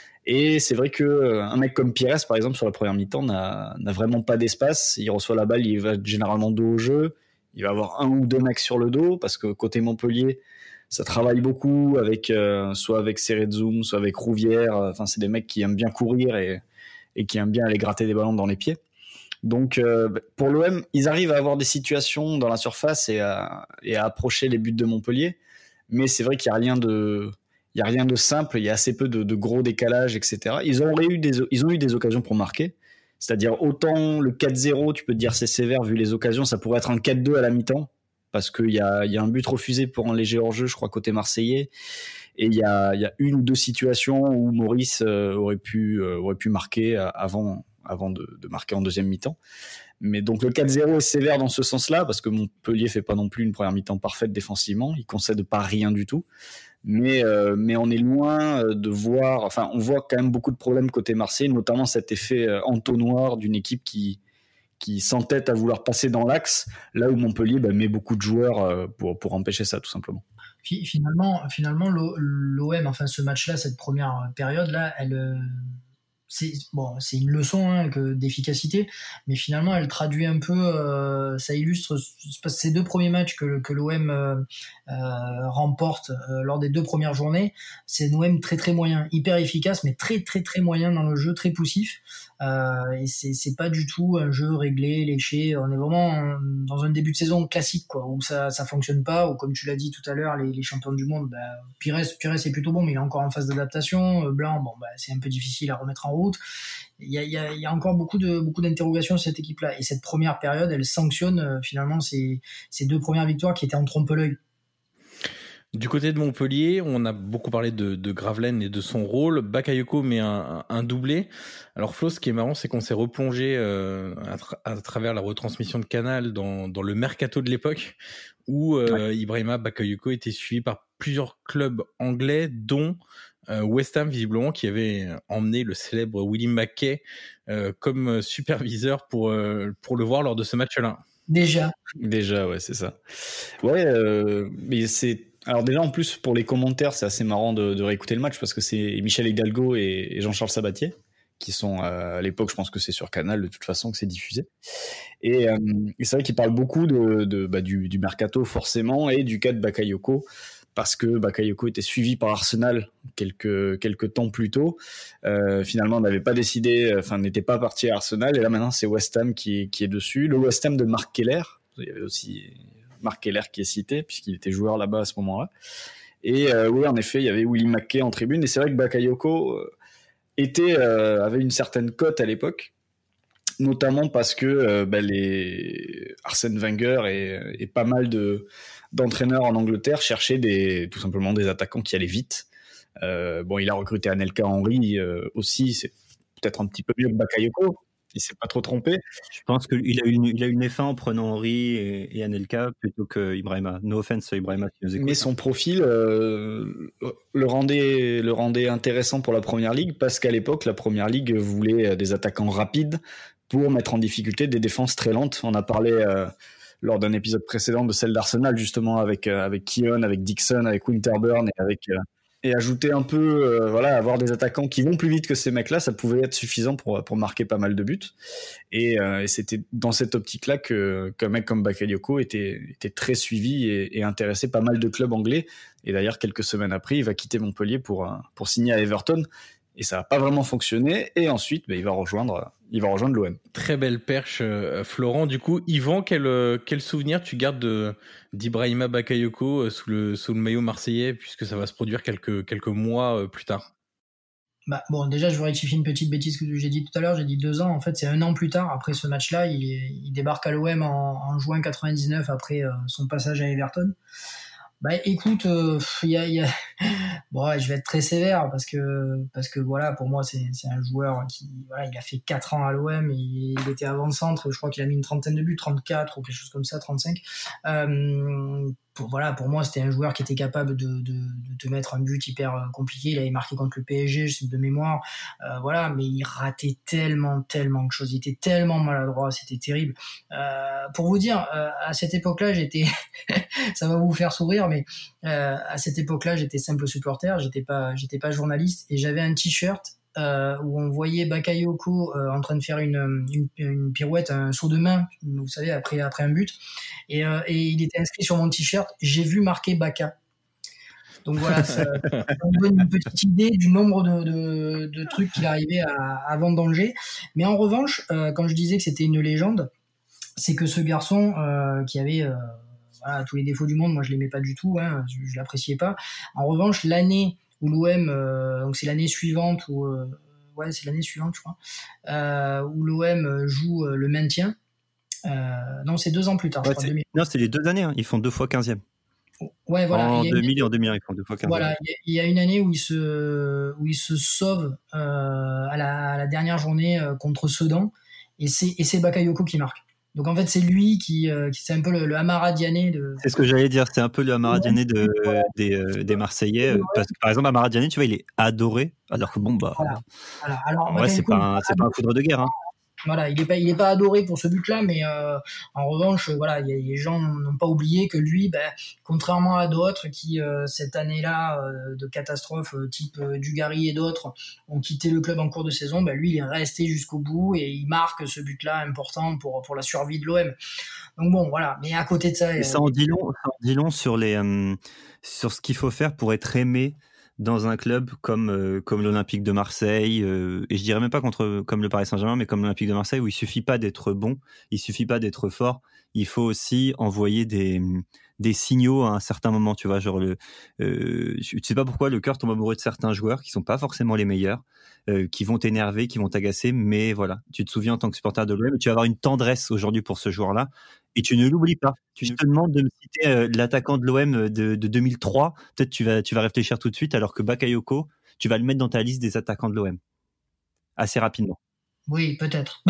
Et c'est vrai que un mec comme Pires, par exemple, sur la première mi-temps, n'a, n'a vraiment pas d'espace. Il reçoit la balle, il va généralement dos au jeu. Il va avoir un ou deux mecs sur le dos, parce que côté Montpellier, ça travaille beaucoup avec euh, soit avec Cerezoum, soit avec Rouvière. Enfin, c'est des mecs qui aiment bien courir et, et qui aiment bien aller gratter des ballons dans les pieds. Donc, euh, pour l'O M, ils arrivent à avoir des situations dans la surface et à, et à approcher les buts de Montpellier. Mais c'est vrai qu'il n'y a rien de... Il n'y a rien de simple, il y a assez peu de, de gros décalages, et cetera. Ils ont, eu des, ils ont eu des occasions pour marquer. C'est-à-dire, autant le quatre zéro, tu peux te dire c'est sévère vu les occasions, ça pourrait être un quatre deux à la mi-temps, parce qu'il y a, il y a un but refusé pour un léger hors-jeu, je crois, côté marseillais. Et il y a, il y a une ou deux situations où Maurice euh, aurait, pu, euh, aurait pu marquer avant, avant de, de marquer en deuxième mi-temps. Mais donc le quatre zéro est sévère dans ce sens-là, parce que Montpellier fait pas non plus une première mi-temps parfaite défensivement, il concède pas rien du tout. Mais, euh, mais on est loin de voir, enfin, on voit quand même beaucoup de problèmes côté Marseille, notamment cet effet euh, entonnoir d'une équipe qui, qui s'entête à vouloir passer dans l'axe, là où Montpellier bah, met beaucoup de joueurs euh, pour, pour empêcher ça, tout simplement. Finalement, finalement l'O M, enfin, ce match-là, cette première période-là, elle. Euh... C'est, bon, c'est une leçon hein, que, d'efficacité, mais finalement elle traduit un peu, euh, ça illustre ces deux premiers matchs que, que l'O M euh, euh, remporte euh, lors des deux premières journées. C'est un O M très très moyen, hyper efficace, mais très très très moyen dans le jeu, très poussif. Euh, et c'est, c'est pas du tout un jeu réglé, léché. On est vraiment dans un début de saison classique, quoi, où ça ça fonctionne pas, ou comme tu l'as dit tout à l'heure, les, les champions du monde, bah, Pires, Pires est plutôt bon, mais il est encore en phase d'adaptation. Blanc, bon, bah, c'est un peu difficile à remettre en route. Il y a, il y a, il y a encore beaucoup de beaucoup d'interrogations sur cette équipe-là. Et cette première période, elle sanctionne euh, finalement ces, ces deux premières victoires qui étaient en trompe-l'œil. Du côté de Montpellier, on a beaucoup parlé de, de Gravelaine et de son rôle. Bakayoko met un, un doublé. Alors Flo, ce qui est marrant, c'est qu'on s'est replongé euh, à, tra- à travers la retransmission de Canal dans, dans le mercato de l'époque, où euh, ouais. Ibrahima Bakayoko était suivi par plusieurs clubs anglais, dont euh, West Ham visiblement, qui avait emmené le célèbre Willie McKay euh, comme superviseur pour euh, pour le voir lors de ce match-là. Déjà. Déjà, ouais, c'est ça. Ouais, euh, mais c'est Alors déjà, en plus, pour les commentaires, c'est assez marrant de, de réécouter le match parce que c'est Michel Hidalgo et, et Jean-Charles Sabatier qui sont, euh, à l'époque, je pense que c'est sur Canal de toute façon que c'est diffusé. Et, euh, et c'est vrai qu'ils parlent beaucoup de, de, bah, du, du mercato forcément et du cas de Bakayoko parce que Bakayoko était suivi par Arsenal quelques, quelques temps plus tôt. Euh, finalement, on n'avait pas décidé, enfin, n'était pas parti à Arsenal et là maintenant, c'est West Ham qui, qui est dessus. Le West Ham de Mark Keller, il y avait aussi Mark Keller qui est cité puisqu'il était joueur là-bas à ce moment-là. Et euh, oui, en effet, il y avait Willie McKay en tribune et c'est vrai que Bakayoko euh, était, euh, avait une certaine cote à l'époque, notamment parce que euh, bah, les Arsène Wenger et, et pas mal de, d'entraîneurs en Angleterre cherchaient des, tout simplement des attaquants qui allaient vite. Euh, bon, il a recruté Anelka Henry euh, aussi, c'est peut-être un petit peu mieux que Bakayoko. Il s'est pas trop trompé. Je pense qu'il a eu une, il a une F un en prenant Henry et, et Anelka plutôt que Ibrahima. No offense Ibrahima qui nous écoute. Mais son profil euh, le rendait le rendait intéressant pour la Première Ligue parce qu'à l'époque la Première Ligue voulait des attaquants rapides pour mettre en difficulté des défenses très lentes. On a parlé euh, lors d'un épisode précédent de celle d'Arsenal justement avec euh, avec Keown, avec Dixon, avec Winterburn et avec euh, et ajouter un peu, euh, voilà, avoir des attaquants qui vont plus vite que ces mecs-là, ça pouvait être suffisant pour pour marquer pas mal de buts. Et, euh, et c'était dans cette optique-là que qu'un mec comme Bakayoko était était très suivi et, et intéressait pas mal de clubs anglais. Et d'ailleurs, quelques semaines après, il va quitter Montpellier pour pour signer à Everton. Et ça n'a pas vraiment fonctionné. Et ensuite, bah, il va rejoindre, il va rejoindre l'O M. Très belle perche, euh, Florent. Du coup, Yvan, quel, euh, quel souvenir tu gardes de, d'Ibrahima Bakayoko euh, sous, le, sous le maillot marseillais, puisque ça va se produire quelques, quelques mois euh, plus tard? Bah, bon, déjà, je veux rectifier une petite bêtise que j'ai dit tout à l'heure. J'ai dit deux ans. En fait, c'est un an plus tard, après ce match-là. Il, il débarque à l'O M en, en juin quatre-vingt-dix-neuf, après euh, son passage à Everton. Bah écoute, euh, y a, y a... bon, ouais, je vais être très sévère parce que parce que voilà, pour moi c'est c'est un joueur qui voilà, il a fait quatre ans à l'O M et il était avant-centre, je crois qu'il a mis une trentaine de buts, trente-quatre ou quelque chose comme ça, trente-cinq. Euh, pour, voilà, pour moi c'était un joueur qui était capable de de de te mettre un but hyper compliqué. Il avait marqué contre le P S G, je sais de mémoire, euh, voilà, mais il ratait tellement tellement de choses, il était tellement maladroit, c'était terrible. Euh, pour vous dire, euh, à cette époque-là, j'étais ça va vous faire sourire, mais euh, à cette époque-là, j'étais simple supporter, j'étais pas, j'étais pas journaliste, et j'avais un t-shirt euh, où on voyait Bakayoko euh, en train de faire une, une, une pirouette, un saut de main, vous savez, après après un but, et, euh, et il était inscrit sur mon t-shirt. J'ai vu marquer Baka. Donc voilà, ça, ça me donne une petite idée du nombre de, de, de trucs qu'il arrivait à, à vendre dans le G. Mais en revanche, euh, quand je disais que c'était une légende, c'est que ce garçon euh, qui avait euh, voilà, tous les défauts du monde, moi je l'aimais pas du tout, hein, je, je l'appréciais pas. En revanche, l'année où l'O M, euh, donc c'est l'année suivante où euh, ouais c'est l'année suivante je crois, euh, où l'O M joue euh, le maintien. Euh, non, c'est deux ans plus tard. Ouais, je crois, c'est... deux mille. Non, c'est les deux années. Hein. Ils font deux fois quinzième. Ouais, voilà. En il deux mille et en deux mille, ils font deux fois quinzième. Voilà, il y a une année où il se où il se sauve euh, à, la, à la dernière journée euh, contre Sedan, et c'est et c'est Bakayoko qui marque. Donc en fait, c'est lui qui, euh, qui c'est un peu le, le Amara Diané de. C'est ce que j'allais dire, c'est un peu le Amara Diané de, des, euh, des Marseillais. Euh, parce que par exemple, Amara Diané, tu vois, il est adoré, alors que bon, bah. Voilà. Voilà. Alors, en vrai, c'est pas, un, c'est pas un foudre de guerre. Hein. Voilà, il est pas, il est pas adoré pour ce but-là, mais euh, en revanche, voilà, y a, les gens n'ont pas oublié que lui, ben, contrairement à d'autres qui euh, cette année-là euh, de catastrophe, euh, type euh, Dugarry et d'autres, ont quitté le club en cours de saison, ben lui, il est resté jusqu'au bout et il marque ce but-là important pour pour la survie de l'O M. Donc bon, voilà. Mais à côté de ça, et ça en dit long, ça en dit long sur les euh, sur ce qu'il faut faire pour être aimé dans un club comme euh, comme l'Olympique de Marseille, euh, et je dirais même pas contre comme le Paris Saint-Germain, mais comme l'Olympique de Marseille, où il suffit pas d'être bon, il suffit pas d'être fort, il faut aussi envoyer des des signaux à un certain moment, tu vois, genre le euh, je sais pas pourquoi le cœur tombe amoureux de certains joueurs qui sont pas forcément les meilleurs, euh, qui vont t'énerver, qui vont t'agacer, mais voilà, tu te souviens en tant que supporter de l'O M, tu vas avoir une tendresse aujourd'hui pour ce joueur-là. Et tu ne l'oublies pas. Tu je te demande de me citer euh, l'attaquant de l'O M de, de deux mille trois. Peut-être tu vas, tu vas réfléchir tout de suite, alors que Bakayoko, tu vas le mettre dans ta liste des attaquants de l'O M. Assez rapidement. Oui, peut-être.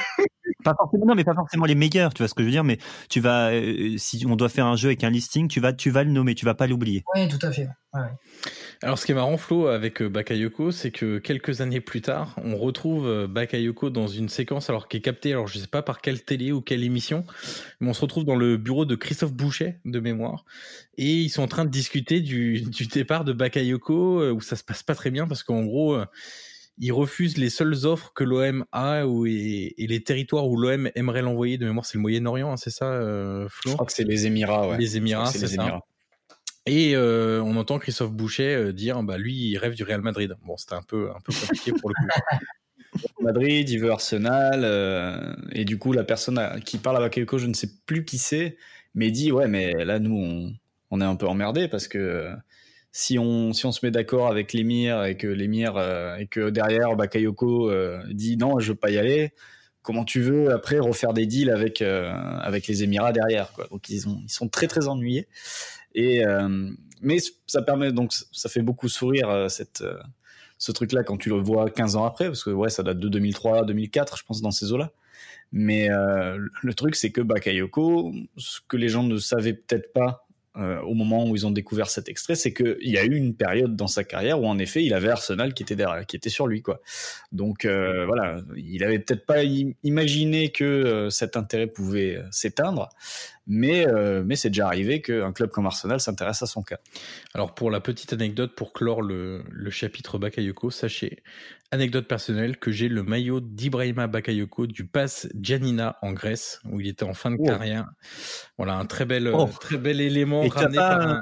Pas forcément, non, mais pas forcément les meilleurs, tu vois ce que je veux dire, mais tu vas, euh, si on doit faire un jeu avec un listing, tu vas, tu vas le nommer, tu vas pas l'oublier. Oui, tout à fait. Ouais. Alors, ce qui est marrant, Flo, avec Bakayoko, c'est que quelques années plus tard, on retrouve Bakayoko dans une séquence, alors qui est captée, alors je sais pas par quelle télé ou quelle émission, mais on se retrouve dans le bureau de Christophe Boucher, de mémoire, et ils sont en train de discuter du, du départ de Bakayoko, où ça se passe pas très bien, parce qu'en gros, ils refusent les seules offres que l'O M a ou, et, et les territoires où l'O M aimerait l'envoyer. De mémoire, c'est le Moyen-Orient, hein, c'est ça, euh, Flo ? Je crois que c'est les Émirats, ouais. Les Émirats, c'est, c'est ça. Émirats. Et euh, on entend Christophe Boucher euh, dire bah lui il rêve du Real Madrid. Bon, c'était un peu un peu compliqué pour le coup. Madrid, il veut Arsenal euh, et du coup la personne à, qui parle à Bakayoko, je ne sais plus qui c'est, mais dit ouais mais là nous on, on est un peu emmerdés parce que euh, si on si on se met d'accord avec l'émir et que l'émir euh, et que derrière Bakayoko euh, dit non je veux pas y aller, comment tu veux après refaire des deals avec euh, avec les Émirats derrière quoi. Donc ils ont ils sont très très ennuyés. Et euh, mais ça permet donc ça fait beaucoup sourire euh, cette euh, ce truc là quand tu le vois quinze ans après parce que ouais ça date de deux mille trois deux mille quatre je pense dans ces eaux là. Mais euh, le truc c'est que Bakayoko, ce que les gens ne savaient peut-être pas euh, au moment où ils ont découvert cet extrait, c'est que il y a eu une période dans sa carrière où en effet il avait Arsenal qui était derrière, qui était sur lui quoi. Donc euh, voilà, il avait peut-être pas imaginé que euh, cet intérêt pouvait s'éteindre. Mais, euh, mais c'est déjà arrivé qu'un club comme Arsenal s'intéresse à son cas. Alors pour la petite anecdote, pour clore le, le chapitre Bakayoko, sachez, anecdote personnelle, que j'ai le maillot d'Ibrahima Bakayoko du P A S Giannina en Grèce, où il était en fin de oh. carrière. Voilà, un très bel, oh. très bel élément Et ramené par un...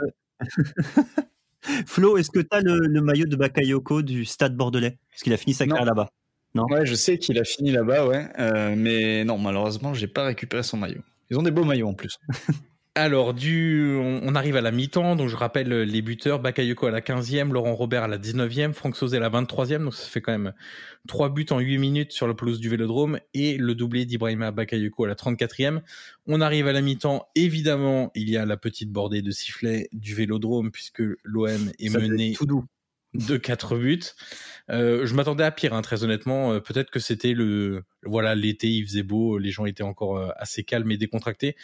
Flo, est-ce que tu as le, le maillot de Bakayoko du Stade Bordelais ? Parce qu'il a fini sa carrière là-bas. Non. Ouais, je sais qu'il a fini là-bas, ouais. Euh, mais non, malheureusement, j'ai pas récupéré son maillot. Ils ont des beaux maillots en plus. Alors, du, on, on arrive à la mi-temps, donc je rappelle les buteurs, Bakayoko à la quinzième, Laurent Robert à la dix-neuvième, Franck Sauzet à la vingt-troisième, donc ça fait quand même trois buts en huit minutes sur la pelouse du Vélodrome, et le doublé d'Ibrahima Bakayoko à la trente-quatrième. On arrive à la mi-temps, évidemment, il y a la petite bordée de sifflets du Vélodrome, puisque l'O M est ça mené tout doux. de quatre buts. Euh, je m'attendais à pire, hein, très honnêtement. Euh, peut-être que c'était le, voilà, l'été, il faisait beau, les gens étaient encore euh, assez calmes et décontractés.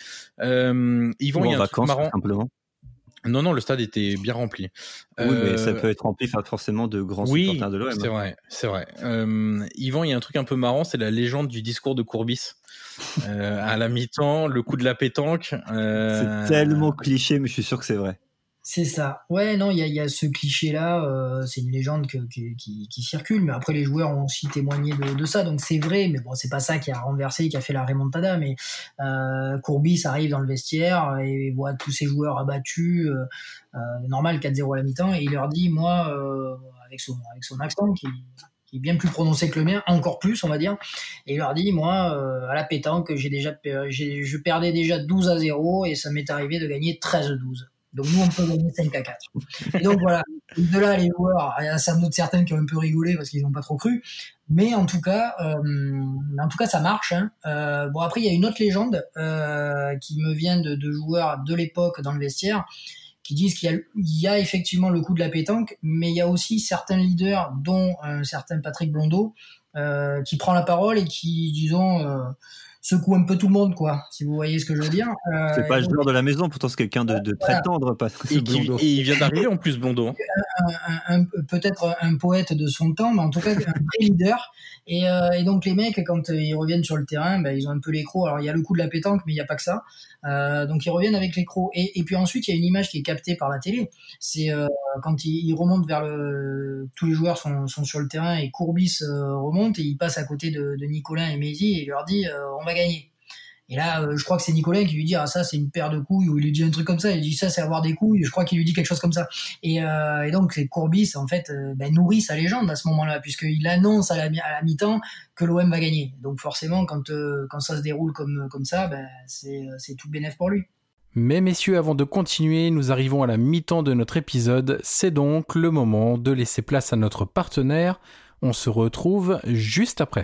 Euh, Yvan, il y a un vacances, truc marrant. Simplement. Non, non, le stade était bien rempli. Oui, euh, mais ça peut être rempli forcément de grands oui, supporters de l'O M. C'est vrai, c'est vrai. Euh, Yvan, il y a un truc un peu marrant, c'est la légende du discours de Courbis. Euh, à la mi-temps, le coup de la pétanque. Euh... C'est tellement cliché, mais je suis sûr que c'est vrai. C'est ça. Ouais, non, il y a, y a ce cliché-là. Euh, c'est une légende que, que, qui, qui circule, mais après les joueurs ont aussi témoigné de, de ça, donc c'est vrai. Mais bon, c'est pas ça qui a renversé, qui a fait la remontada. Mais euh, Courbis arrive dans le vestiaire et voit tous ses joueurs abattus. Euh, euh, normal, quatre zéro à la mi-temps, et il leur dit, moi, euh, avec son avec son accent qui qui est bien plus prononcé que le mien, encore plus, on va dire. Et il leur dit, moi, euh, à la pétanque, j'ai déjà, j'ai, je perdais déjà douze à zéro et ça m'est arrivé de gagner treize douze. Donc nous, on peut gagner cinq à quatre. Et donc voilà, de là, les joueurs, il y a sans doute certains qui ont un peu rigolé parce qu'ils n'ont pas trop cru. Mais en tout cas, euh, en tout cas, ça marche. Hein. Euh, bon, après, il y a une autre légende euh, qui me vient de, de joueurs de l'époque dans le vestiaire qui disent qu'il y a, il y a effectivement le coup de la pétanque, mais il y a aussi certains leaders, dont un certain Patrick Blondeau, euh, qui prend la parole et qui, disons... Euh, secoue un peu tout le monde, quoi, si vous voyez ce que je veux dire. Euh, c'est pas le joueur de la maison, pourtant c'est quelqu'un de, de très voilà. tendre. Pas, et, qui, et il vient d'arriver en plus, Blondeau. Un, un, un, peut-être un poète de son temps, mais en tout cas un vrai leader. Et, euh, et donc les mecs, quand ils reviennent sur le terrain, ben, ils ont un peu les crocs. Alors il y a le coup de la pétanque, mais il n'y a pas que ça. Euh, donc ils reviennent avec les crocs. Et, et puis ensuite, il y a une image qui est captée par la télé. C'est euh, quand ils, ils remontent vers le... Tous les joueurs sont, sont sur le terrain et Courbis euh, remonte et il passe à côté de, de Nicolin et Mézy et il leur dit euh, on va gagner. Et là, euh, je crois que c'est Nicolin qui lui dit ah ça c'est une paire de couilles, ou il lui dit un truc comme ça. Il dit ça c'est avoir des couilles. Je crois qu'il lui dit quelque chose comme ça. Et, euh, et donc Courbis en fait euh, ben, nourrit sa légende à ce moment-là, puisqu'il annonce à la, à la mi-temps que l'O M va gagner. Donc forcément quand euh, quand ça se déroule comme comme ça, ben c'est c'est tout bénef pour lui. Mais messieurs, avant de continuer, nous arrivons à la mi-temps de notre épisode. C'est donc le moment de laisser place à notre partenaire. On se retrouve juste après.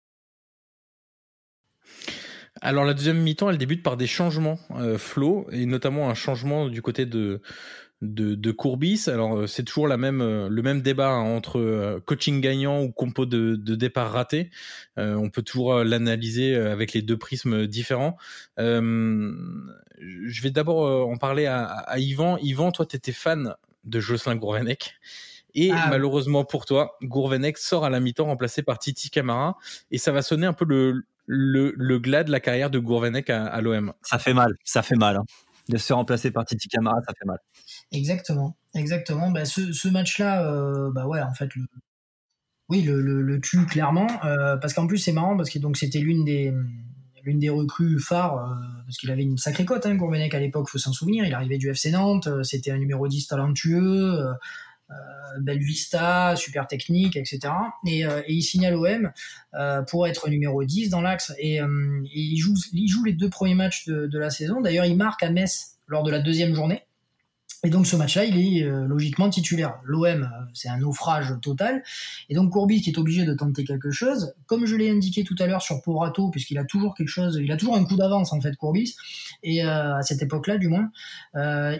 Alors la deuxième mi-temps, elle débute par des changements, euh, Flo, et notamment un changement du côté de de, de Courbis. Alors c'est toujours la même, euh, le même débat hein, entre euh, coaching gagnant ou compo de, de départ raté. Euh, on peut toujours euh, l'analyser euh, avec les deux prismes différents. Euh, je vais d'abord euh, en parler à, à Yvan. Yvan, toi, t'étais fan de Jocelyn Gourvenec. Et ah, malheureusement pour toi, Gourvenec sort à la mi-temps remplacé par Titi Camara. Et ça va sonner un peu le, le, le glas de la carrière de Gourvenec à, à l'O M. Ça fait mal, ça fait mal. Hein. De se remplacer par Titi Camara, ça fait mal. Exactement, exactement. Bah, ce, ce match-là, euh, bah ouais, en fait, le, oui, le, le, le tue clairement. Euh, parce qu'en plus, c'est marrant, parce que donc, c'était l'une des... l'une des recrues phares, euh, parce qu'il avait une sacrée cote, hein, Gourvenec à l'époque, faut s'en souvenir. Il arrivait du F C Nantes, euh, c'était un numéro dix talentueux, euh, euh, belle vista, super technique, et cetera. Et, euh, et il signe à l'O M euh, pour être numéro dix dans l'axe. Et, euh, et il, joue, il joue les deux premiers matchs de, de la saison. D'ailleurs, il marque à Metz lors de la deuxième journée. Et donc ce match-là, il est euh, logiquement titulaire. L'O M, euh, c'est un naufrage total. Et donc Courbis qui est obligé de tenter quelque chose. Comme je l'ai indiqué tout à l'heure sur Porato, puisqu'il a toujours quelque chose, il a toujours un coup d'avance en fait, Courbis. Et euh, à cette époque-là, du moins, euh,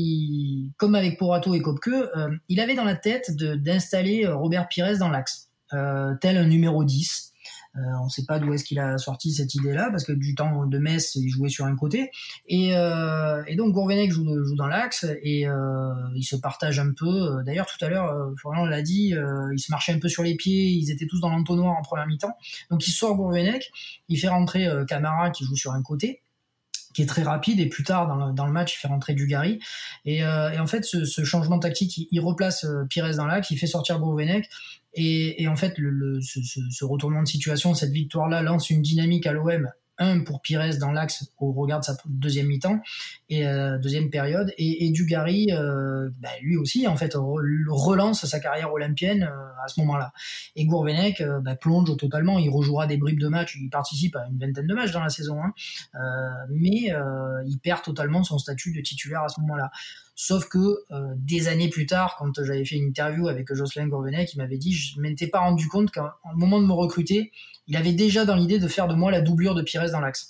il, comme avec Porato et Koepke, euh, il avait dans la tête de, d'installer Robert Pires dans l'axe, euh, tel un numéro dix. Euh, on ne sait pas d'où est-ce qu'il a sorti cette idée-là, parce que du temps de Metz, il jouait sur un côté. Et, euh, et donc Gourvenec joue, joue dans l'axe, et euh, il se partage un peu. D'ailleurs, tout à l'heure, euh, Florian l'a dit, euh, il se marchait un peu sur les pieds, ils étaient tous dans l'entonnoir en première mi-temps. Donc il sort Gourvenec, il fait rentrer euh, Camara qui joue sur un côté, qui est très rapide, et plus tard dans le, dans le match il fait rentrer Dugarry, et, euh, et en fait ce, ce changement tactique, il, il replace euh, Pires dans l'axe, il fait sortir Gourvenec, et, et en fait le, le, ce, ce, ce retournement de situation, cette victoire là lance une dynamique à l'O M, un pour Pires dans l'axe au regard de sa deuxième mi-temps et euh, deuxième période, et, et Dugarry euh, bah, lui aussi en fait re, relance sa carrière olympienne euh, à ce moment-là, et Gourvenec euh, bah, plonge totalement, il rejouera des bribes de matchs, il participe à une vingtaine de matchs dans la saison, hein, euh, mais euh, il perd totalement son statut de titulaire à ce moment-là. Sauf que euh, des années plus tard, quand j'avais fait une interview avec Jocelyn Gourvenec, il m'avait dit, je ne m'étais pas rendu compte qu'au moment de me recruter, il avait déjà dans l'idée de faire de moi la doublure de Pires dans l'axe.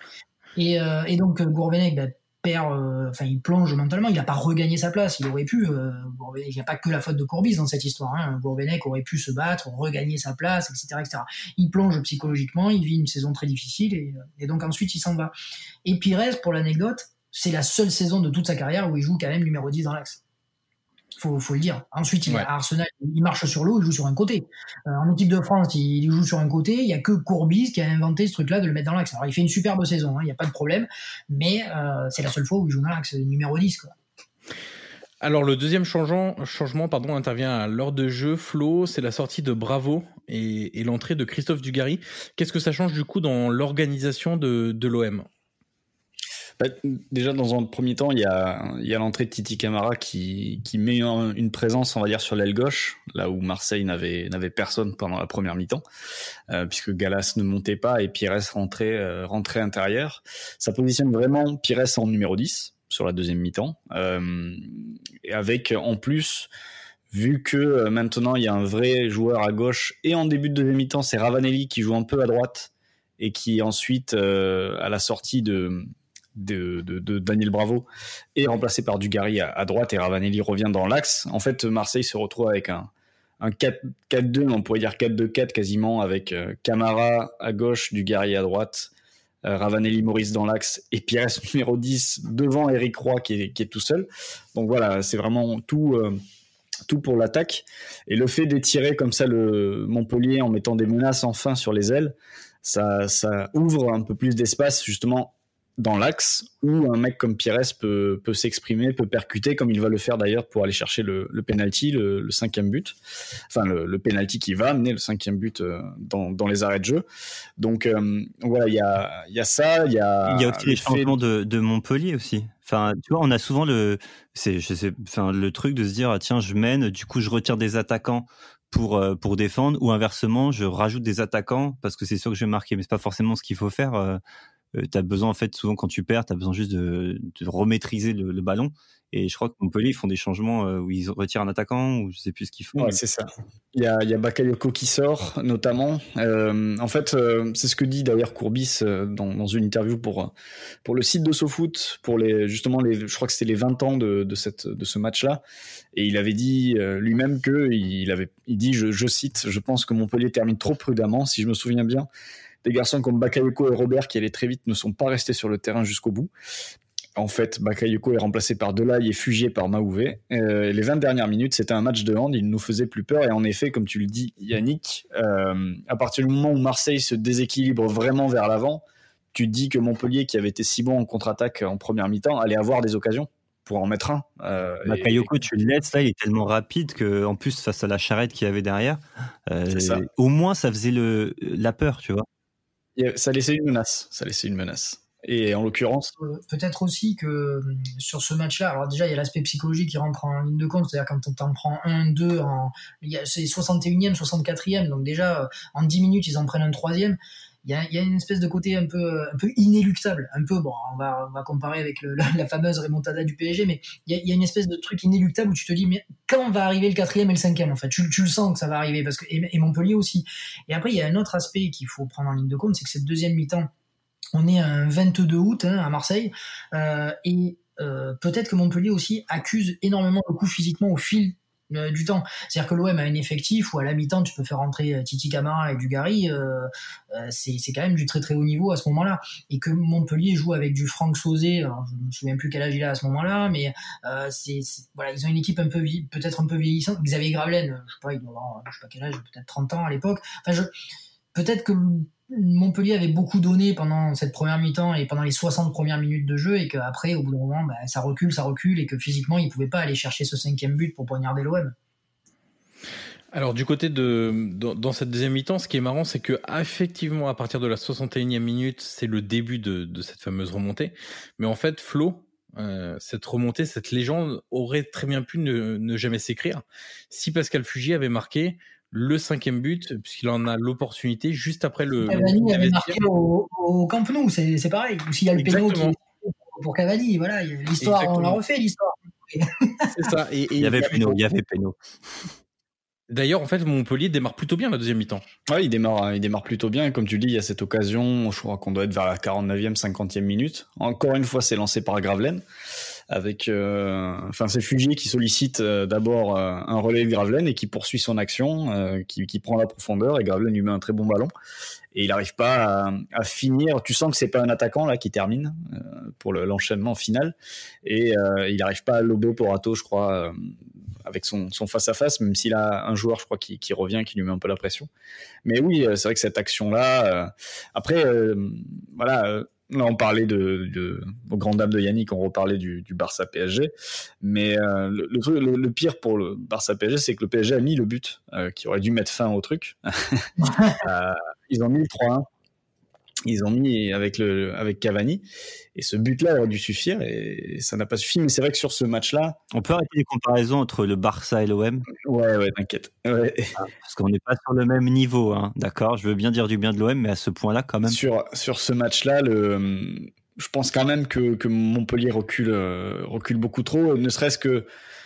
Et, euh, et donc Gourvenec bah, perd, enfin euh, il plonge mentalement, il n'a pas regagné sa place, il aurait pu, euh, il n'y a pas que la faute de Courbis dans cette histoire, hein. Gourvenec aurait pu se battre, regagner sa place, et cetera, et cetera. Il plonge psychologiquement, il vit une saison très difficile, et, et donc ensuite il s'en va. Et Pires, pour l'anecdote, c'est la seule saison de toute sa carrière où il joue quand même numéro dix dans l'axe. Faut, faut le dire. Ensuite, il, ouais. à Arsenal, il marche sur l'eau, il joue sur un côté. Euh, en équipe de France, il, il joue sur un côté. Il n'y a que Courbis qui a inventé ce truc-là de le mettre dans l'axe. Alors, il fait une superbe saison, hein, il n'y a pas de problème, mais euh, c'est la seule fois où il joue dans l'axe, numéro dix, quoi. Alors, le deuxième changeant, changement pardon, intervient à l'heure de jeu. Flo, c'est la sortie de Bravo et, et l'entrée de Christophe Dugarry. Qu'est-ce que ça change du coup dans l'organisation de, de l'O M ? Bah, déjà, dans un premier temps, il y a, il y a l'entrée de Titi Camara qui, qui met un, une présence, on va dire, sur l'aile gauche, là où Marseille n'avait, n'avait personne pendant la première mi-temps, euh, puisque Gallas ne montait pas et Pires rentrait, euh, rentrait intérieur. Ça positionne vraiment Pires en numéro dix sur la deuxième mi-temps, euh, et avec, en plus, vu que euh, maintenant il y a un vrai joueur à gauche, et en début de deuxième mi-temps, c'est Ravanelli qui joue un peu à droite, et qui ensuite, euh, à la sortie de... De, de, de Daniel Bravo est remplacé par Dugarry à, à droite, et Ravanelli revient dans l'axe. En fait, Marseille se retrouve avec un, un quatre deux, on pourrait dire quatre deux quatre quasiment, avec euh, Camara à gauche, Dugarry à droite, euh, Ravanelli, Maurice dans l'axe, et Pires numéro dix devant Eric Roy qui est, qui est tout seul. Donc voilà, c'est vraiment tout, euh, tout pour l'attaque. Et le fait d'étirer comme ça le Montpellier en mettant des menaces enfin sur les ailes, ça, ça ouvre un peu plus d'espace justement dans l'axe, où un mec comme Pires peut, peut s'exprimer, peut percuter, comme il va le faire d'ailleurs pour aller chercher le, le penalty, le, le cinquième but. Enfin, le, le penalty qui va amener le cinquième but dans, dans les arrêts de jeu. Donc, euh, voilà, il y a, y a ça, il y a... Il y a aussi les changements de, de Montpellier aussi. Enfin, tu vois, on a souvent le, c'est, je sais, enfin, le truc de se dire, ah, tiens, je mène, du coup, je retire des attaquants pour, pour défendre, ou inversement, je rajoute des attaquants parce que c'est sûr que je vais marquer, mais c'est pas forcément ce qu'il faut faire. Euh, Euh, t'as besoin, en fait, souvent quand tu perds, t'as besoin juste de, de remaîtriser le, le ballon. Et je crois que Montpellier, ils font des changements euh, où ils retirent un attaquant, ou je sais plus ce qu'ils font. Ouais, c'est ça. Il y a, il y a Bakayoko qui sort, notamment. Euh, en fait, euh, c'est ce que dit d'ailleurs Courbis euh, dans, dans une interview pour, pour le site de SoFoot, pour les, justement, les, je crois que c'était les vingt ans de, de, cette, de ce match-là. Et il avait dit euh, lui-même que, il, avait, il dit, je, je cite, je pense que Montpellier termine trop prudemment, si je me souviens bien. Des garçons comme Bakayoko et Robert qui allaient très vite ne sont pas restés sur le terrain jusqu'au bout. En fait, Bakayoko est remplacé par Delay et Fugier par Maouvé. Euh, les vingt dernières minutes, c'était un match de hand, il ne nous faisait plus peur. Et en effet, comme tu le dis, Yannick, euh, à partir du moment où Marseille se déséquilibre vraiment vers l'avant, tu te dis que Montpellier, qui avait été si bon en contre-attaque en première mi-temps, allait avoir des occasions pour en mettre un. Euh, Bakayoko, et... tu le laisses, là, il est tellement rapide qu'en plus, face à la charrette qu'il y avait derrière, euh, ça. au moins, ça faisait le, la peur, tu vois. Ça laissait une menace, ça laissait une menace. Et en l'occurrence... Peut-être aussi que sur ce match-là, alors déjà, il y a l'aspect psychologique qui rentre en ligne de compte, c'est-à-dire quand tu en prends un, deux, en... c'est soixante et unième, soixante-quatrième, donc déjà, en dix minutes, ils en prennent un troisième. Il y a, il y a une espèce de côté un peu, un peu inéluctable, un peu, bon, on va, on va comparer avec le, la, la fameuse remontada du P S G, mais il y, a, il y a une espèce de truc inéluctable où tu te dis, mais quand va arriver le quatrième et le cinquième, en fait, tu, tu le sens que ça va arriver, parce que, et, et Montpellier aussi. Et après, il y a un autre aspect qu'il faut prendre en ligne de compte, c'est que cette deuxième mi-temps, on est un vingt-deux août hein, à Marseille, euh, et euh, peut-être que Montpellier aussi accuse énormément le coup physiquement au fil euh, du temps. C'est-à-dire que l'O M a un effectif où à la mi-temps tu peux faire rentrer Titi Camara et Dugarry, euh, euh, c'est, c'est quand même du très très haut niveau à ce moment-là. Et que Montpellier joue avec du Franck Sauzé, alors je me souviens plus quel âge il a à ce moment-là, mais euh, c'est, c'est voilà, ils ont une équipe un peu vie, peut-être un peu vieillissante. Xavier Gravelaine, je sais pas, il doit avoir je sais pas quel âge, peut-être trente ans à l'époque. Enfin, je, peut-être que Montpellier avait beaucoup donné pendant cette première mi-temps et pendant les soixante premières minutes de jeu et qu'après, au bout d'un moment, bah, ça recule, ça recule et que physiquement, ils ne pouvaient pas aller chercher ce cinquième but pour poignarder l'O M. Alors du côté de dans, dans cette deuxième mi-temps, ce qui est marrant, c'est que effectivement, à partir de la soixante et unième minute, c'est le début de, de cette fameuse remontée. Mais en fait, Flo, euh, cette remontée, cette légende aurait très bien pu ne, ne jamais s'écrire si Pascal Fugier avait marqué le cinquième but, puisqu'il en a l'opportunité juste après le... Cavani avait marqué au, au Camp Nou, c'est, c'est pareil. Ou s'il y a le péno qui est pour Cavani, voilà, l'histoire, Exactement. On l'a refait, l'histoire. C'est ça. Et, et il y avait péno, il y avait péno. D'ailleurs, en fait, Montpellier démarre plutôt bien la deuxième mi-temps. Ouais, il démarre, il démarre plutôt bien. Et comme tu le dis, il y a cette occasion, je crois qu'on doit être vers la quarante-neuvième, cinquantième minute. Encore une fois, c'est lancé par Gravelaine. Avec, euh, enfin, c'est Fugier qui sollicite euh, d'abord euh, un relais de Gravelaine et qui poursuit son action, euh, qui, qui prend la profondeur et Gravelaine lui met un très bon ballon et il n'arrive pas à, à finir. Tu sens que c'est pas un attaquant là qui termine euh, pour le, l'enchaînement final et euh, il n'arrive pas à lober Porato, je crois, euh, avec son, son face à face, même s'il a un joueur, je crois, qui, qui revient, qui lui met un peu la pression. Mais oui, c'est vrai que cette action là, euh, après, euh, voilà. Euh, Là, on parlait de, de, aux grandes dames de Yannick, on reparlait du, du Barça P S G. Mais euh, le, le, le pire pour le Barça P S G, c'est que le P S G a mis le but euh, qui aurait dû mettre fin au truc. euh, ils ont mis le trois un. Ils ont mis avec, le, avec Cavani. Et ce but-là aurait dû suffire et ça n'a pas suffi. Mais c'est vrai que sur ce match-là... On peut arrêter les comparaisons entre le Barça et l'O M ? Ouais, ouais, t'inquiète. Ouais. Ah, parce qu'on n'est pas sur le même niveau, hein. D'accord ? Je veux bien dire du bien de l'O M, mais à ce point-là, quand même... Sur, sur ce match-là, le, je pense quand même que, que Montpellier recule, recule beaucoup trop, ne serait-ce que...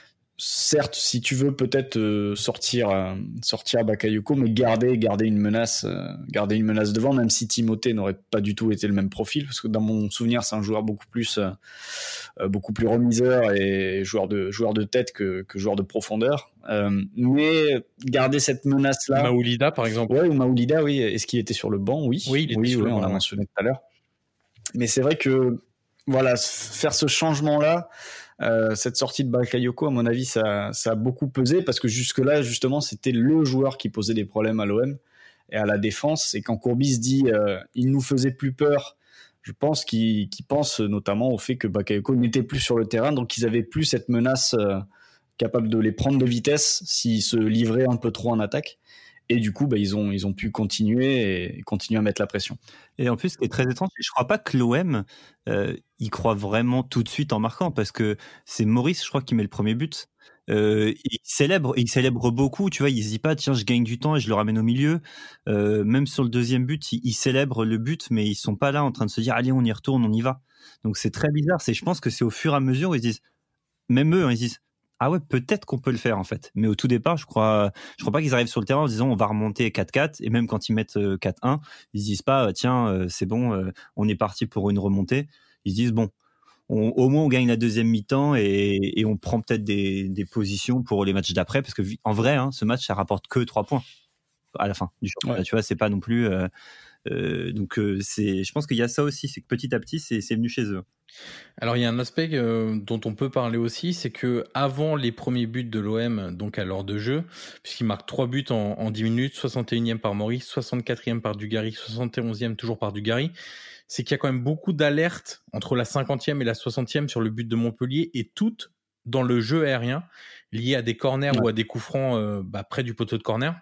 Certes, si tu veux peut-être euh, sortir, euh, sortir Bakayoko, mais garder, garder une menace, euh, garder une menace devant, même si Timothée n'aurait pas du tout été le même profil, parce que dans mon souvenir, c'est un joueur beaucoup plus, euh, beaucoup plus remiseur et joueur de, joueur de tête que, que joueur de profondeur. Euh, mais garder cette menace-là. Maoulida, par exemple. Ouais, ou Maoulida, oui. Est-ce qu'il était sur le banc ? Oui. Oui, il était oui, sur oui, le on banc. l'a mentionné tout à l'heure. Mais c'est vrai que, voilà, faire ce changement-là. Euh, cette sortie de Bakayoko, à mon avis, ça, ça a beaucoup pesé parce que jusque-là, justement, c'était le joueur qui posait des problèmes à l'O M et à la défense. Et quand Courbis dit euh, il nous faisait plus peur, je pense qu'il, qu'il pense notamment au fait que Bakayoko n'était plus sur le terrain, donc ils avaient plus cette menace euh, capable de les prendre de vitesse s'ils se livraient un peu trop en attaque. Et du coup, bah, ils ont, ils ont pu continuer et continuer à mettre la pression. Et en plus, ce qui est très étrange, je ne crois pas que l'O M euh, y croit vraiment tout de suite en marquant, parce que c'est Maurice, je crois, qui met le premier but. Euh, il célèbre, il célèbre beaucoup, tu vois, il se dit pas, tiens, je gagne du temps et je le ramène au milieu. Euh, même sur le deuxième but, il, il célèbre le but, mais ils sont pas là en train de se dire, allez, on y retourne, on y va. Donc c'est très bizarre. C'est, je pense que c'est au fur et à mesure où ils se disent, même eux, hein, ils se disent, ah ouais, peut-être qu'on peut le faire en fait. Mais au tout départ, je crois, je crois pas qu'ils arrivent sur le terrain en disant on va remonter quatre quatre. Et même quand ils mettent quatre un, ils se disent pas tiens c'est bon, on est parti pour une remontée. Ils se disent bon, on, au moins on gagne la deuxième mi-temps et, et on prend peut-être des, des positions pour les matchs d'après parce que en vrai, hein, ce match ça rapporte que trois points à la fin du championnat. Ouais. Tu vois, c'est pas non plus. Euh, Euh, donc euh, c'est, je pense qu'il y a ça aussi, c'est que petit à petit c'est, c'est venu chez eux. Alors il y a un aspect euh, dont on peut parler aussi, c'est que avant les premiers buts de l'O M, donc à l'heure de jeu, puisqu'il marque trois buts en, en dix minutes, soixante et unième par Maurice, soixante-quatrième par Dugarry, soixante et onzième toujours par Dugarry, c'est qu'il y a quand même beaucoup d'alertes entre la cinquantième et la soixantième sur le but de Montpellier, et toutes dans le jeu aérien, liées à des corners ouais. ou à des coups francs euh, bah, près du poteau de corner.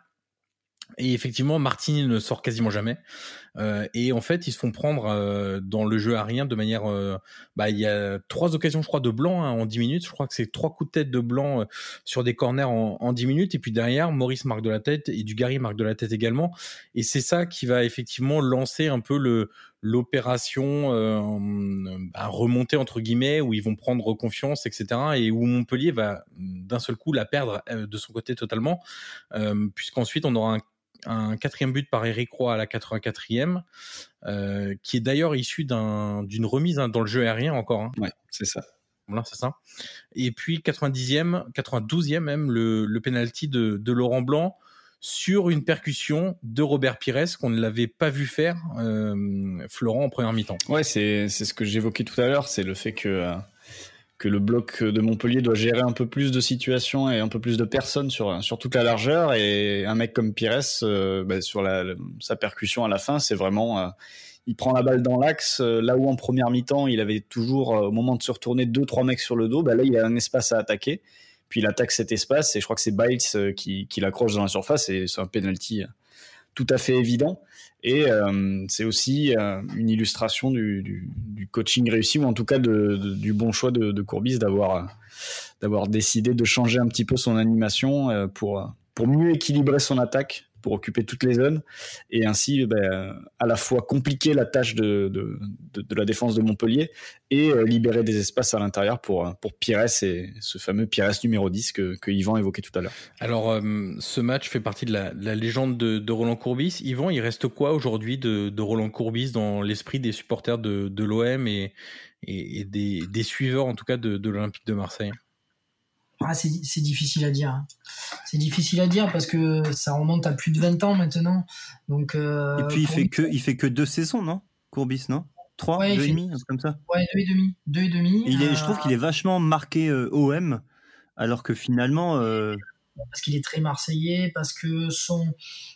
Et effectivement, Martini ne sort quasiment jamais. Euh, et en fait, ils se font prendre euh, dans le jeu aérien de manière... Euh, bah, il y a trois occasions, je crois, de Blanc hein, en dix minutes. Je crois que c'est trois coups de tête de Blanc euh, sur des corners en, en dix minutes. Et puis derrière, Maurice marque de la tête et Dugarry marque de la tête également. Et c'est ça qui va effectivement lancer un peu le l'opération euh, à remonter, entre guillemets, où ils vont prendre confiance, et cetera. Et où Montpellier va d'un seul coup la perdre euh, de son côté totalement. Euh, puisqu'ensuite, on aura un un quatrième but par Eric Roy à la quatre-vingt-quatrième, euh, qui est d'ailleurs issu d'un, d'une remise hein, dans le jeu aérien encore. Hein. Ouais, c'est ça. Voilà, c'est ça. Et puis quatre-vingt-dixième, quatre-vingt-douzième même, le, le penalty de, de Laurent Blanc sur une percussion de Robert Pires qu'on ne l'avait pas vu faire, euh, Florent, en première mi-temps. Ouais, c'est, c'est ce que j'évoquais tout à l'heure, c'est le fait que... Euh... que le bloc de Montpellier doit gérer un peu plus de situations et un peu plus de personnes sur, sur toute la largeur, et un mec comme Pires, euh, bah, sur la, le, sa percussion à la fin, c'est vraiment... Euh, il prend la balle dans l'axe, euh, là où en première mi-temps, il avait toujours, euh, au moment de se retourner, deux, trois mecs sur le dos, bah là, il a un espace à attaquer, puis il attaque cet espace, et je crois que c'est Biles euh, qui, qui l'accroche dans la surface, et c'est un penalty euh, tout à fait évident. Et euh, c'est aussi euh, une illustration du, du, du coaching réussi, ou en tout cas de, de, du bon choix de, de Courbis d'avoir, d'avoir décidé de changer un petit peu son animation euh, pour, pour mieux équilibrer son attaque, pour occuper toutes les zones, et ainsi ben, à la fois compliquer la tâche de, de, de, de la défense de Montpellier et euh, libérer des espaces à l'intérieur pour, pour Pires, et ce fameux Pires numéro dix que, que Yvan évoquait tout à l'heure. Alors, euh, ce match fait partie de la, de la légende de, de Roland Courbis. Yvan, il reste quoi aujourd'hui de, de Roland Courbis dans l'esprit des supporters de, de l'O M et, et, et des, des suiveurs, en tout cas, de, de l'Olympique de Marseille? Ah, c'est, c'est difficile à dire. Hein. C'est difficile à dire parce que ça remonte à plus de vingt ans maintenant. Donc, euh, et puis il fait, que, il fait que deux saisons, non Courbis, non Trois, ouais, deux et fait... demi, un truc comme ça. Ouais, deux et demi. Deux et demi. Il est, euh... Je trouve qu'il est vachement marqué euh, O M, alors que finalement... Euh... Parce qu'il est très marseillais, parce que son...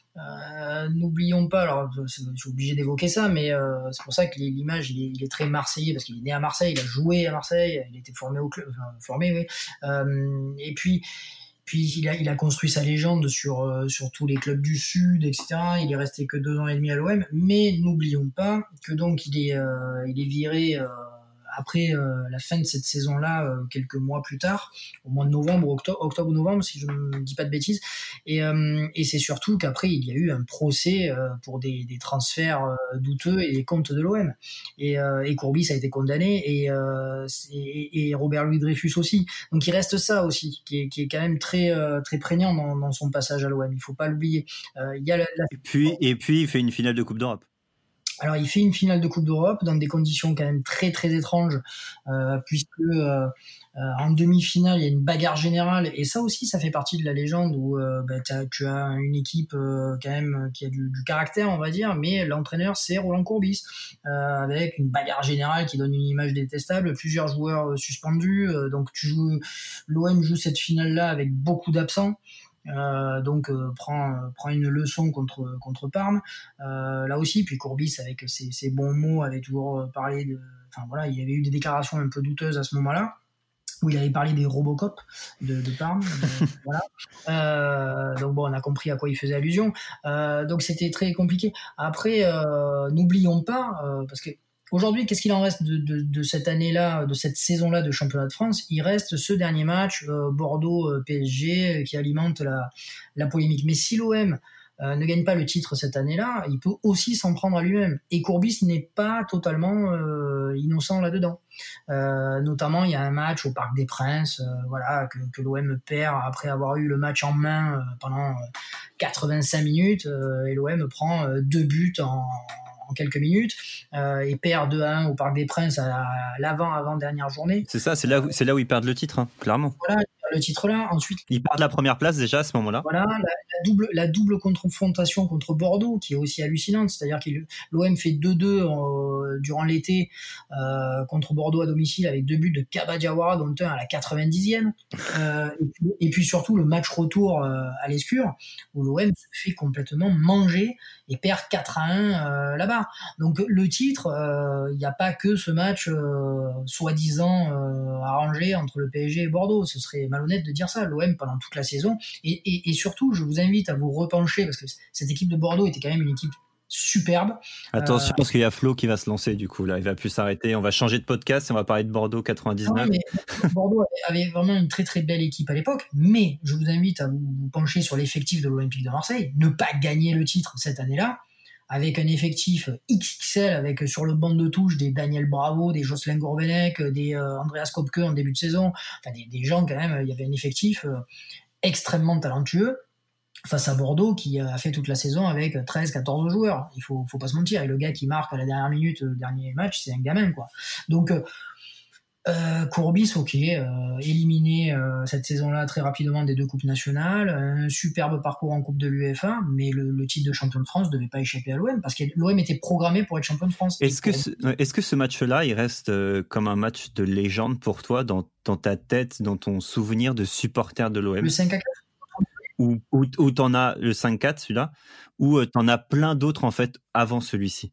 Euh, n'oublions pas, alors je suis obligé d'évoquer ça, mais euh, c'est pour ça que l'image il est, il est très marseillais, parce qu'il est né à Marseille, il a joué à Marseille, il a été formé au club, enfin, formé, oui. Euh, et puis, puis il a, il a construit sa légende sur euh, sur tous les clubs du Sud, et cetera. Il est resté que deux ans et demi à l'O M, mais n'oublions pas que donc il est euh, il est viré. Euh, après euh, la fin de cette saison-là, euh, quelques mois plus tard, au mois de novembre, octobre, octobre ou novembre, si je ne dis pas de bêtises. Et, euh, et c'est surtout qu'après, il y a eu un procès euh, pour des, des transferts euh, douteux et des comptes de l'O M. Et, euh, et Courbis a été condamné, et, euh, et, et Robert Louis Dreyfus aussi. Donc il reste ça aussi, qui est, qui est quand même très, euh, très prégnant dans, dans son passage à l'O M. Il ne faut pas l'oublier. Euh, il y a la, la... Et, puis, et puis, il fait une finale de Coupe d'Europe. Alors, il fait une finale de Coupe d'Europe dans des conditions quand même très très étranges, euh, puisque euh, euh, en demi-finale il y a une bagarre générale, et ça aussi ça fait partie de la légende où euh, bah, tu as une équipe euh, quand même qui a du, du caractère, on va dire, mais l'entraîneur c'est Roland Courbis, euh, avec une bagarre générale qui donne une image détestable, plusieurs joueurs euh, suspendus, euh, donc tu joues, l'O M joue cette finale là avec beaucoup d'absents. Euh, donc euh, prend euh, prend une leçon contre contre Parme euh, là aussi. Puis Courbis avec ses, ses bons mots avait toujours parlé de, enfin voilà, il y avait eu des déclarations un peu douteuses à ce moment-là où il avait parlé des Robocop de, de Parme. De, voilà. Euh, donc bon, on a compris à quoi il faisait allusion. Euh, donc c'était très compliqué. Après, euh, n'oublions pas euh, parce que aujourd'hui, qu'est-ce qu'il en reste de, de, de cette année-là, de cette saison-là de championnat de France? Il reste ce dernier match, euh, Bordeaux-P S G, euh, qui alimente la, la polémique. Mais si l'O M euh, ne gagne pas le titre cette année-là, il peut aussi s'en prendre à lui-même. Et Courbis n'est pas totalement euh, innocent là-dedans. Euh, notamment, il y a un match au Parc des Princes, euh, voilà, que, que l'O M perd après avoir eu le match en main euh, pendant euh, quatre-vingt-cinq minutes, euh, et l'O M prend euh, deux buts en en quelques minutes, euh, et perd deux à un au Parc des Princes à l'avant-avant-dernière journée. C'est ça, c'est là où, c'est là où ils perdent le titre, hein, clairement. Voilà, le titre-là. Ensuite, il part de la première place déjà à ce moment-là. Voilà, la, la double, la double confrontation contre Bordeaux, qui est aussi hallucinante. C'est-à-dire que l'O M fait deux deux euh, durant l'été euh, contre Bordeaux à domicile avec deux buts de Kaba Diawara, dont un à la quatre-vingt-dixième. Euh, et, puis, et puis surtout le match retour euh, à l'Escure, où l'O M se fait complètement manger et perd quatre à un euh, là-bas. Donc le titre, il euh, n'y a pas que ce match euh, soi-disant euh, arrangé entre le P S G et Bordeaux. Ce serait malhonnête de dire ça. L'O M pendant toute la saison, et, et, et surtout je vous invite à vous repencher, parce que cette équipe de Bordeaux était quand même une équipe superbe. Attention, euh... parce qu'il y a Flo qui va se lancer du coup là, il va plus s'arrêter. On va changer de podcast et on va parler de Bordeaux quatre-vingt-dix-neuf. Non, mais Bordeaux avait, avait vraiment une très très belle équipe à l'époque, mais je vous invite à vous, vous pencher sur l'effectif de l'Olympique de Marseille. Ne pas gagner le titre cette année-là avec un effectif X X L, avec sur le banc de touche des Daniel Bravo, des Jocelyn Gourvenec, des euh, Andreas Kopke en début de saison, enfin des, des gens quand même. Il y avait un effectif euh, extrêmement talentueux face à Bordeaux qui a fait toute la saison avec treize quatorze joueurs. Il faut, faut pas se mentir. Et le gars qui marque à la dernière minute, le dernier match, c'est un gamin, quoi. Donc, euh, Courbis, ok, euh, éliminé euh, cette saison-là très rapidement des deux coupes nationales, un superbe parcours en Coupe de l'UEFA, mais le, le titre de champion de France ne devait pas échapper à l'O M, parce que l'O M était programmé pour être champion de France. Est-ce que, ce, est-ce que ce match-là, il reste euh, comme un match de légende pour toi, dans, dans ta tête, dans ton souvenir de supporter de l'O M? Le cinq à quatre. Ou, ou, ou t'en as le cinq quatre, celui-là, ou euh, t'en as plein d'autres en fait avant celui-ci?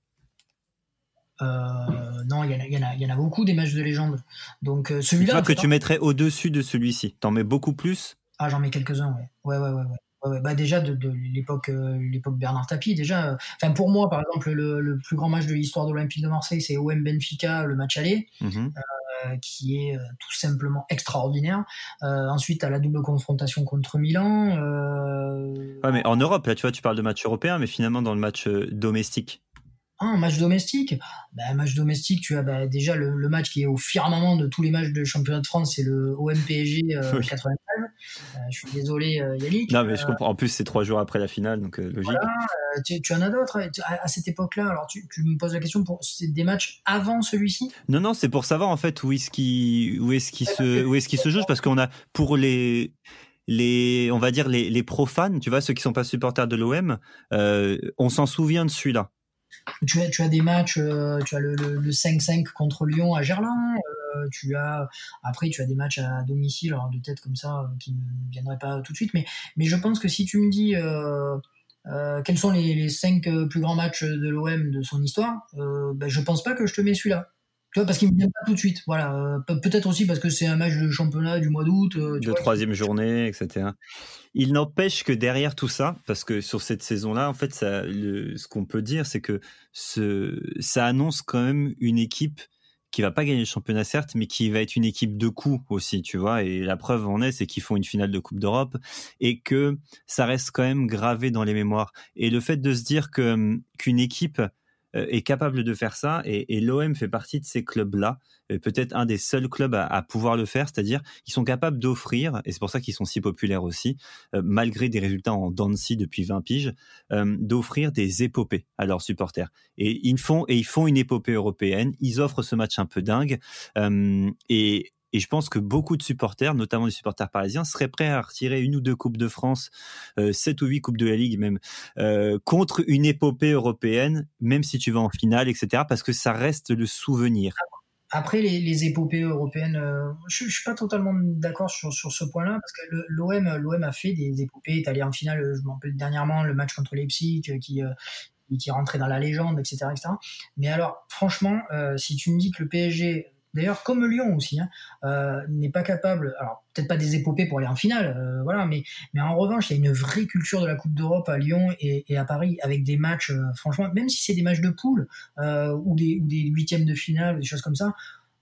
Euh, non, il y, y, y, y en a beaucoup des matchs de légende. Donc euh, celui-là. Tu vois que tu mettrais au-dessus de celui-ci. T'en mets beaucoup plus? Ah, j'en mets quelques-uns, ouais. Ouais, ouais, ouais, ouais. ouais, ouais. Bah déjà de, de l'époque, euh, l'époque Bernard Tapie, déjà. Enfin euh, pour moi, par exemple, le, le plus grand match de l'histoire de l'Olympique de Marseille, c'est O M Benfica, le match aller. Mm-hmm. Euh, qui est euh, tout simplement extraordinaire. Euh, ensuite, à la double confrontation contre Milan. Euh... Ouais, mais en Europe, là, tu vois, tu parles de match européen, mais finalement dans le match euh, domestique. Ah, un match domestique. Bah, un match domestique, tu as bah, déjà le, le match qui est au firmament de tous les matchs de championnat de France, c'est le O M P S G euh, oui. quatre-vingt-treize. Euh, je suis désolé, euh, Yannick. Non, mais je comprends. En plus, c'est trois jours après la finale, donc euh, logique. Voilà, euh, tu, tu en as d'autres à, à cette époque-là. Alors, tu, tu me poses la question, pour c'est des matchs avant celui-ci? Non, non, c'est pour savoir en fait où est-ce qu'il, où est-ce qu'il se, où est-ce qu'il se joue, parce qu'on a pour les. les on va dire les, les profanes, tu vois, ceux qui sont pas supporters de l'O M, euh, on s'en souvient de celui-là. Tu as, tu as des matchs, euh, tu as le, le, le cinq cinq contre Lyon à Gerland, euh, tu as, après tu as des matchs à domicile, alors de tête comme ça, euh, qui ne viendraient pas tout de suite, mais, mais je pense que si tu me dis euh, euh, quels sont les, les cinq plus grands matchs de l'O M de son histoire, euh, ben, je pense pas que je te mets celui-là. Tu vois, parce qu'il me vient pas tout de suite. Voilà. Euh, peut-être aussi parce que c'est un match de championnat du mois d'août. Euh, de vois, troisième journée, et cetera. Il n'empêche que derrière tout ça, parce que sur cette saison-là, en fait, ça, le, ce qu'on peut dire, c'est que ce, ça annonce quand même une équipe qui va pas gagner le championnat, certes, mais qui va être une équipe de coups aussi, tu vois. Et la preuve en est, c'est qu'ils font une finale de Coupe d'Europe et que ça reste quand même gravé dans les mémoires. Et le fait de se dire que, qu'une équipe est capable de faire ça, et, et l'O M fait partie de ces clubs-là, peut-être un des seuls clubs à, à pouvoir le faire, c'est-à-dire qu'ils sont capables d'offrir, et c'est pour ça qu'ils sont si populaires aussi, euh, malgré des résultats en dents de scie depuis vingt piges, euh, d'offrir des épopées à leurs supporters. Et ils font, et ils font une épopée européenne, ils offrent ce match un peu dingue, euh, et Et je pense que beaucoup de supporters, notamment des supporters parisiens, seraient prêts à retirer une ou deux Coupes de France, euh, sept ou huit Coupes de la Ligue même, euh, contre une épopée européenne, même si tu vas en finale, et cetera, parce que ça reste le souvenir. Après, les, les épopées européennes, euh, je, je suis pas totalement d'accord sur, sur ce point-là, parce que le, l'O M, l'O M a fait des épopées, est allé en finale, je me rappelle dernièrement, le match contre Leipzig, qui... Euh, qui rentrait dans la légende, et cetera, et cetera. Mais alors, franchement, euh, si tu me dis que le P S G... D'ailleurs, comme Lyon aussi, hein, euh, n'est pas capable, alors peut-être pas des épopées pour aller en finale, euh, voilà, mais, mais en revanche, il y a une vraie culture de la Coupe d'Europe à Lyon et, et à Paris, avec des matchs, euh, franchement, même si c'est des matchs de poule euh, ou, des, ou des huitièmes de finale, des choses comme ça,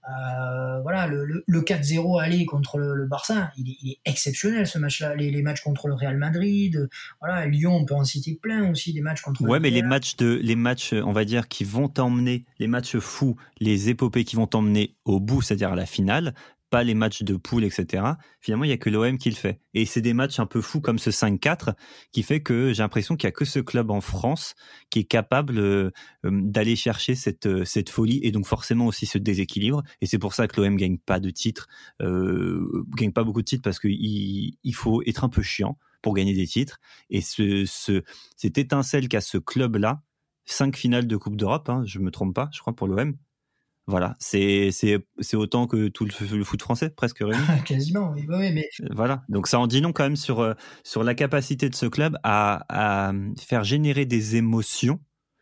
euh, voilà, le, le, le quatre zéro aller contre le, le Barça, il est, il est exceptionnel ce match-là. Les, les matchs contre le Real Madrid, voilà, Lyon, on peut en citer plein aussi, des matchs contre. Ouais, mais les matchs de, les matchs, on va dire, qui vont t'emmener, les matchs fous, les épopées qui vont t'emmener au bout, c'est-à-dire à la finale, pas les matchs de poule, et cetera. Finalement, il y a que l'O M qui le fait. Et c'est des matchs un peu fous comme ce cinq quatre qui fait que j'ai l'impression qu'il y a que ce club en France qui est capable euh, d'aller chercher cette euh, cette folie et donc forcément aussi ce déséquilibre. Et c'est pour ça que l'O M gagne pas de titres, euh, gagne pas beaucoup de titres parce que il, il faut être un peu chiant pour gagner des titres. Et ce, ce cette étincelle qu'a ce club-là, cinq finales de Coupe d'Europe, hein, je me trompe pas, je crois pour l'O M. Voilà, c'est c'est c'est autant que tout le, le foot français presque réuni. Quasiment, oui, oui, mais voilà. Donc ça en dit long quand même sur euh, sur la capacité de ce club à à faire générer des émotions.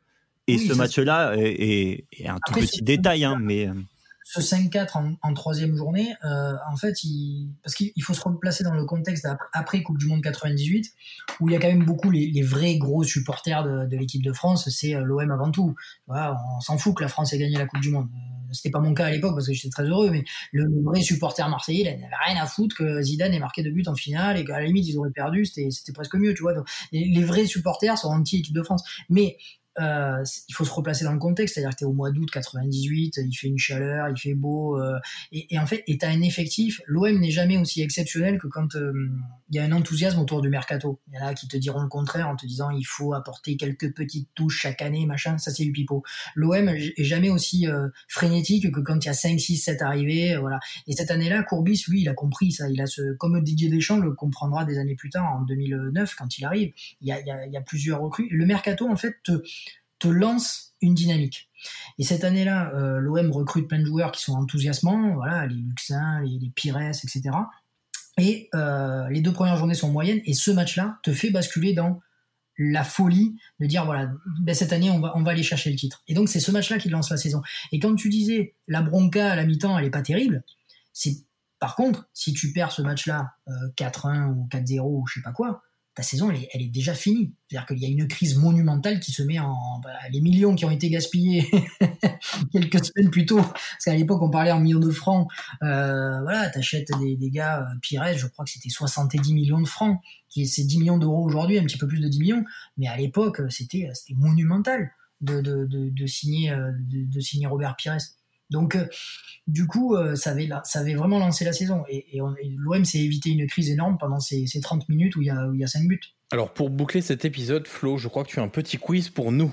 Et oui, ce match-là est, est, est un tout Après, petit détail, hein, mais ce cinq quatre en, en troisième journée, euh, en fait, il, parce qu'il faut se replacer dans le contexte après Coupe du Monde quatre-vingt-dix-huit, où il y a quand même beaucoup les, les vrais gros supporters de, de l'équipe de France, c'est l'O M avant tout. Voilà, on s'en fout que la France ait gagné la Coupe du Monde. C'était pas mon cas à l'époque parce que j'étais très heureux, mais le, le vrai supporter marseillais, il n'avait rien à foutre que Zidane ait marqué deux buts en finale et qu'à la limite ils auraient perdu, c'était, c'était presque mieux, tu vois. Donc, les, les vrais supporters sont anti-équipe de France. Mais Euh, il faut se replacer dans le contexte, c'est-à-dire que t'es au mois d'août quatre-vingt-dix-huit, il fait une chaleur, il fait beau, euh, et, et en fait, et t'as un effectif. L'O M n'est jamais aussi exceptionnel que quand il euh, y a un enthousiasme autour du mercato. Il y en a qui te diront le contraire en te disant il faut apporter quelques petites touches chaque année, machin. Ça c'est du pipeau. L'O M est jamais aussi euh, frénétique que quand il y a cinq, six, sept arrivées, euh, voilà. Et cette année-là, Courbis, lui, il a compris ça. Il a ce, comme Didier Deschamps le comprendra des années plus tard, en deux mille neuf, quand il arrive. Il y a, il y a, il y a plusieurs recrues. Le mercato, en fait, te te lance une dynamique. Et cette année-là, euh, l'O M recrute plein de joueurs qui sont enthousiasmants, voilà, les Luxin, les, les Pires, et cetera. Et euh, les deux premières journées sont moyennes, et ce match-là te fait basculer dans la folie de dire, voilà, ben cette année, on va, on va aller chercher le titre. Et donc, c'est ce match-là qui lance la saison. Et quand tu disais, la bronca à la mi-temps, elle est pas terrible, c'est, par contre, si tu perds ce match-là, euh, quatre un ou quatre zéro ou je sais pas quoi, ta saison, elle est, elle est déjà finie. C'est-à-dire qu'il y a une crise monumentale qui se met en... Bah, les millions qui ont été gaspillés quelques semaines plus tôt, parce qu'à l'époque, on parlait en millions de francs. Euh, voilà, t'achètes des, des gars, euh, Pires, je crois que c'était soixante-dix millions de francs, qui c'est dix millions d'euros aujourd'hui, un petit peu plus de dix millions, mais à l'époque, c'était, c'était monumental de, de, de, de, signer, de, de signer Robert Pires. Donc, euh, du coup, euh, ça, avait, ça avait vraiment lancé la saison. Et, et, on, et l'O M s'est évité une crise énorme pendant ces, ces trente minutes où il y a, où il y a cinq buts. Alors, pour boucler cet épisode, Flo, je crois que tu as un petit quiz pour nous.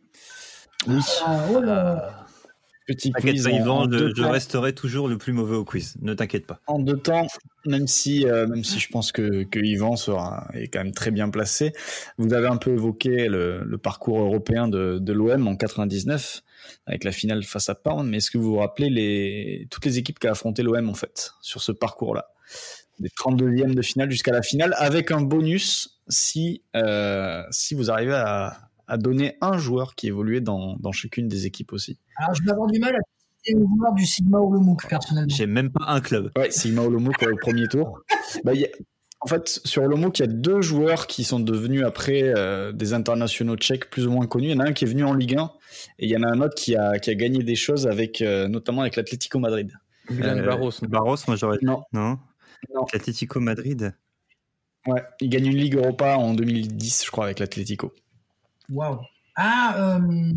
Oui. Ah, oh là. Petit quiz. Yvan, je, je resterai toujours le plus mauvais au quiz. Ne t'inquiète pas. En deux temps, même si, euh, même si je pense que, que Yvan sera, est quand même très bien placé, vous avez un peu évoqué le, le parcours européen de, de l'O M en quatre-vingt-dix-neuf, avec la finale face à Parme. Mais est-ce que vous vous rappelez les, toutes les équipes qu'a affronté l'O M en fait, sur ce parcours-là? Des trente-deuxièmes de finale jusqu'à la finale, avec un bonus si, euh, si vous arrivez à, à donner un joueur qui évoluait dans, dans chacune des équipes aussi. Alors, je vais avoir du mal à citer le joueur du Sigma Olomouc, personnellement. J'ai même pas un club. Ouais, Sigma Olomouc au premier tour. Bah, y a, en fait, sur Olomouc, il y a deux joueurs qui sont devenus après euh, des internationaux tchèques plus ou moins connus. Il y en a un qui est venu en Ligue un et il y en a un autre qui a, qui a gagné des choses, avec, euh, notamment avec l'Atlético Madrid. Milan euh, Barros. Barros, moi j'aurais dit. Non. Non. Non. L'Atlético Madrid. Ouais, il gagne une Ligue Europa en deux mille dix, je crois, avec l'Atlético. Waouh. Ah, euh,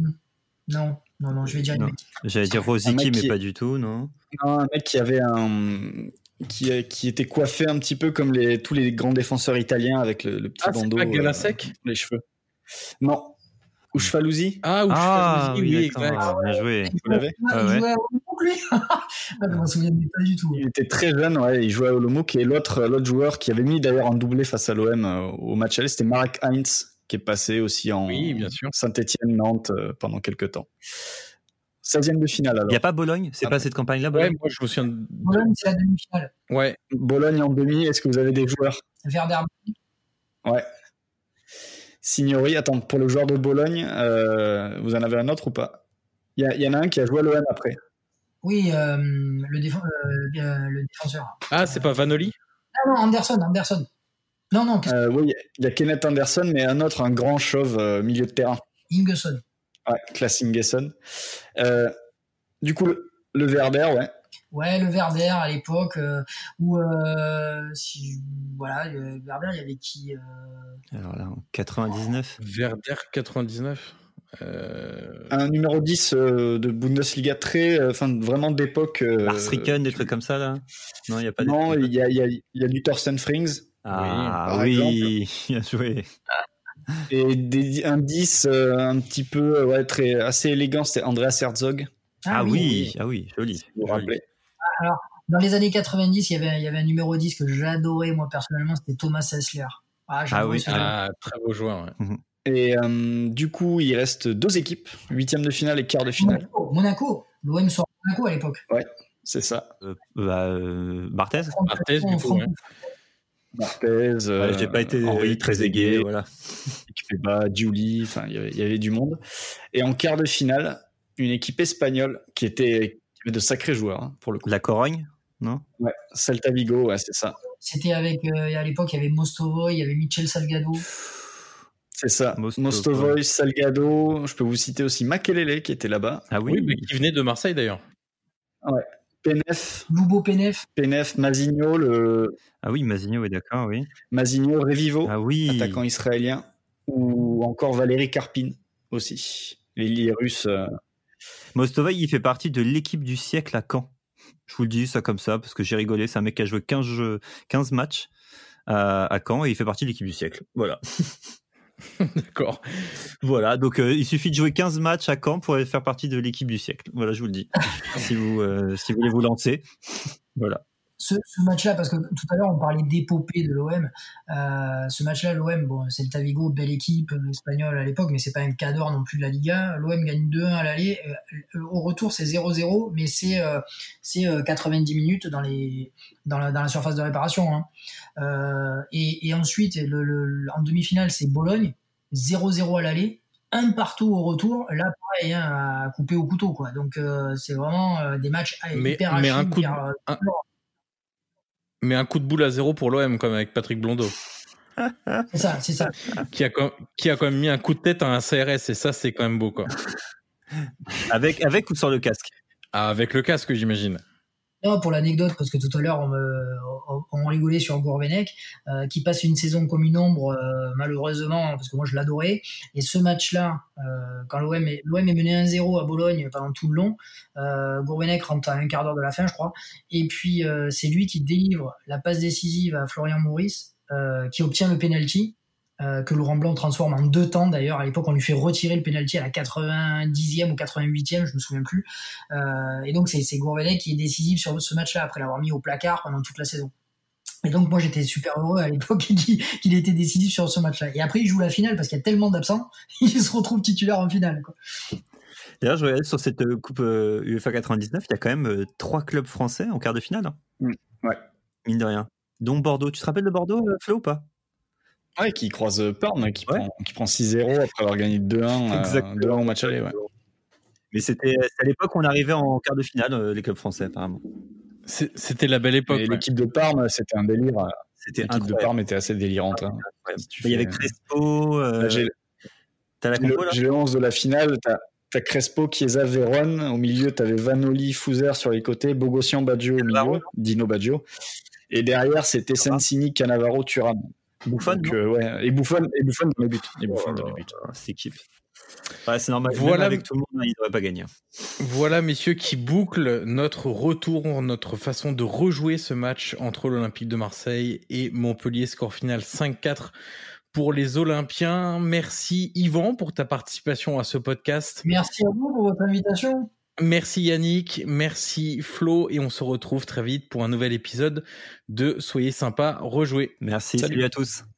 non. Non, non, je vais dire une bêtise. J'allais dire Rosicky, mais qui... pas du tout, non. Non, un mec qui avait un... Qui, qui était coiffé un petit peu comme les, tous les grands défenseurs italiens, avec le, le petit ah, bandeau. Ah, c'est pas Galasek, euh, les cheveux. Non. Ousfalouzzi. Ah, Ousfalouzzi, ah, oui, oui, exact. Ah, bien joué. Vous l'avez ah, Il ouais. jouait à Olomouc, lui. ah, je m'en souviens pas du tout. Il était très jeune, ouais, il jouait à Olomouc. Et l'autre, l'autre joueur qui avait mis d'ailleurs un doublé face à l'O M euh, au match aller, c'était Marek Heinz, qui est passé aussi en oui, bien sûr. Saint-Étienne-Nantes euh, pendant quelques temps. seizième de finale, alors. Il n'y a pas Bologne? C'est ah, pas cette campagne-là, Bologne? Ouais, moi je me souviens. De... Bologne, c'est la demi-finale. Ouais. Bologne en demi, est-ce que vous avez des joueurs? Werder. Ouais. Signori, attends, pour le joueur de Bologne, euh, vous en avez un autre ou pas? Il y, y en a un qui a joué à l'O M après. Oui, euh, le, déf- euh, le défenseur. Ah, c'est pas Vanoli? Ah non, Anderson, Anderson. Non, non. Euh, oui, il y a Kenneth Anderson, mais un autre, un grand chauve euh, milieu de terrain. Ingesson. Ouais, Klaas Ingesson. Euh, du coup, le, le Werder, ouais. Ouais, le Werder à l'époque, euh, où, euh, si, voilà, le Werder, il y avait qui euh... Alors là, en quatre-vingt-dix-neuf. Werder quatre-vingt-dix-neuf. Euh... Un numéro dix euh, de Bundesliga très, enfin euh, vraiment d'époque. Euh, Lars Ricken, des trucs comme ça là. Non, il y a pas. Non, il y a, y, a, y a du Thorsten Frings. Ah oui, oui. Bien joué. Et des, un dix euh, un petit peu ouais, très, assez élégant, c'était Andreas Herzog. Ah, ah oui, oui, ah oui, joli. Si vous vous rappelez. Alors, dans les années quatre-vingt-dix, il y avait, il y avait un numéro dix que j'adorais, moi, personnellement, c'était Thomas Hessler. Ah, ah oui, ah, très beau joueur. Ouais. Mm-hmm. Et euh, du coup, il reste deux équipes, huitième de finale et quart de finale. Monaco, Monaco. L'O M sort Monaco à l'époque. Ouais, c'est ça. Euh, bah, euh, Barthez Barthez, du coup, ouais. Barthez, euh, ouais, j'ai pas été Henri, très aigué, voilà. Bah, Giuli, enfin, il y avait du monde. Et en quart de finale, une équipe espagnole qui était, qui avait de sacrés joueurs, hein, pour le coup. La Corogne, non? Ouais, Celta Vigo, ouais, c'est ça. C'était avec, euh, à l'époque, il y avait Mostovoy, il y avait Michel Salgado. C'est ça. Mostovoy, Mostovoy, Salgado. Je peux vous citer aussi Makelele qui était là-bas. Ah oui, oui, mais qui venait de Marseille d'ailleurs. Ouais. Penef. Loubo Penef. Penef, Mazinho, le. Ah oui, Mazinho, oui, d'accord, oui. Mazinho, Revivo, ah oui. attaquant israélien. Ou encore Valérie Karpin aussi. Les, les Russes. Euh... Mostovoy, il fait partie de l'équipe du siècle à Caen. Je vous le dis ça comme ça parce que j'ai rigolé. C'est un mec qui a joué quinze, jeux, quinze matchs à, à Caen et il fait partie de l'équipe du siècle. Voilà. D'accord. Voilà, donc euh, il suffit de jouer quinze matchs à Caen pour faire partie de l'équipe du siècle. Voilà, je vous le dis. si, vous, euh, si vous voulez vous lancer. Voilà. Ce, ce match-là, parce que tout à l'heure on parlait d'épopée de l'O M, euh, ce match-là, l'O M, bon, c'est le Tavigo, belle équipe espagnole à l'époque, mais c'est pas un cadre non plus de la Liga. L'O M gagne deux un à l'aller, euh, au retour c'est zéro zéro, mais c'est, euh, c'est euh, quatre-vingt-dix minutes dans, les, dans, la, dans la surface de réparation. Hein. Euh, et, et ensuite, le, le, en demi-finale, c'est Bologne, zéro zéro à l'aller, un partout au retour, là pareil, hein, à couper au couteau, quoi. Donc euh, c'est vraiment euh, des matchs mais, hyper mais achiles, un coup de... hyper, un... Mais un coup de boule à zéro pour l'O M, comme avec Patrick Blondeau. C'est ça, c'est ça. Qui a, qui a quand même mis un coup de tête à un C R S, et ça, c'est quand même beau, quoi. Avec, avec ou sans le casque? Ah, avec le casque, j'imagine. Non, pour l'anecdote, parce que tout à l'heure, on, me, on, on rigolait sur Gourvenec, euh, qui passe une saison comme une ombre, euh, malheureusement, parce que moi, je l'adorais. Et ce match-là, euh, quand l'O M est, l'O M est mené un zéro à Bologne pendant tout le long, euh, Gourvenec rentre à un quart d'heure de la fin, je crois. Et puis, euh, c'est lui qui délivre la passe décisive à Florian Maurice, euh, qui obtient le penalty. Euh, que Laurent Blanc transforme en deux temps d'ailleurs. À l'époque, on lui fait retirer le penalty à la quatre-vingt-dixième ou quatre-vingt-huitième, je me souviens plus. Euh, et donc, c'est, c'est Gourvenec qui est décisif sur ce match-là après l'avoir mis au placard pendant toute la saison. Et donc, moi, j'étais super heureux à l'époque qu'il, qu'il était décisif sur ce match-là. Et après, il joue la finale parce qu'il y a tellement d'absents, il se retrouve titulaire en finale, quoi. D'ailleurs, je regardais sur cette coupe UEFA quatre-vingt-dix-neuf, il y a quand même euh, trois clubs français en quart de finale. Mmh, ouais. Mine de rien. Dont Bordeaux. Tu te rappelles de Bordeaux, Flo, ou pas? Ouais, qui croise Parme, qui, ouais. prend, qui prend six zéro après avoir gagné deux un, euh, deux un au match aller. Ouais. Mais c'était, c'était à l'époque où on arrivait en quart de finale, euh, les clubs français, apparemment. C'est, c'était la belle époque. Et ouais. L'équipe de Parme, c'était un délire. C'était l'équipe incroyable. De Parme était assez délirante. Hein. Si il y avait Crespo. Euh... Là, j'ai, t'as la compo, là j'ai le onze de la finale. T'as, t'as Crespo, Chiesa, Véron. Au milieu, t'avais Vanoli, Fouzer sur les côtés, Bogossian, Baggio au milieu, Dino Baggio. Et derrière, c'était Sensini, Cannavaro, Thuram. Buffon, donc, euh, ouais, et Buffon, et Buffon dans les buts. Et Buffon dans les buts. C'est équipe. Ouais, c'est normal. Voilà. Même avec tout le monde, il ne devrait pas gagner. Voilà, messieurs, qui boucle notre retour, notre façon de rejouer ce match entre l'Olympique de Marseille et Montpellier. Score final cinq quatre pour les Olympiens. Merci Yvan pour ta participation à ce podcast. Merci à vous pour votre invitation. Merci Yannick, merci Flo, et on se retrouve très vite pour un nouvel épisode de Soyez sympa, rejouez. Merci, salut, salut à tous.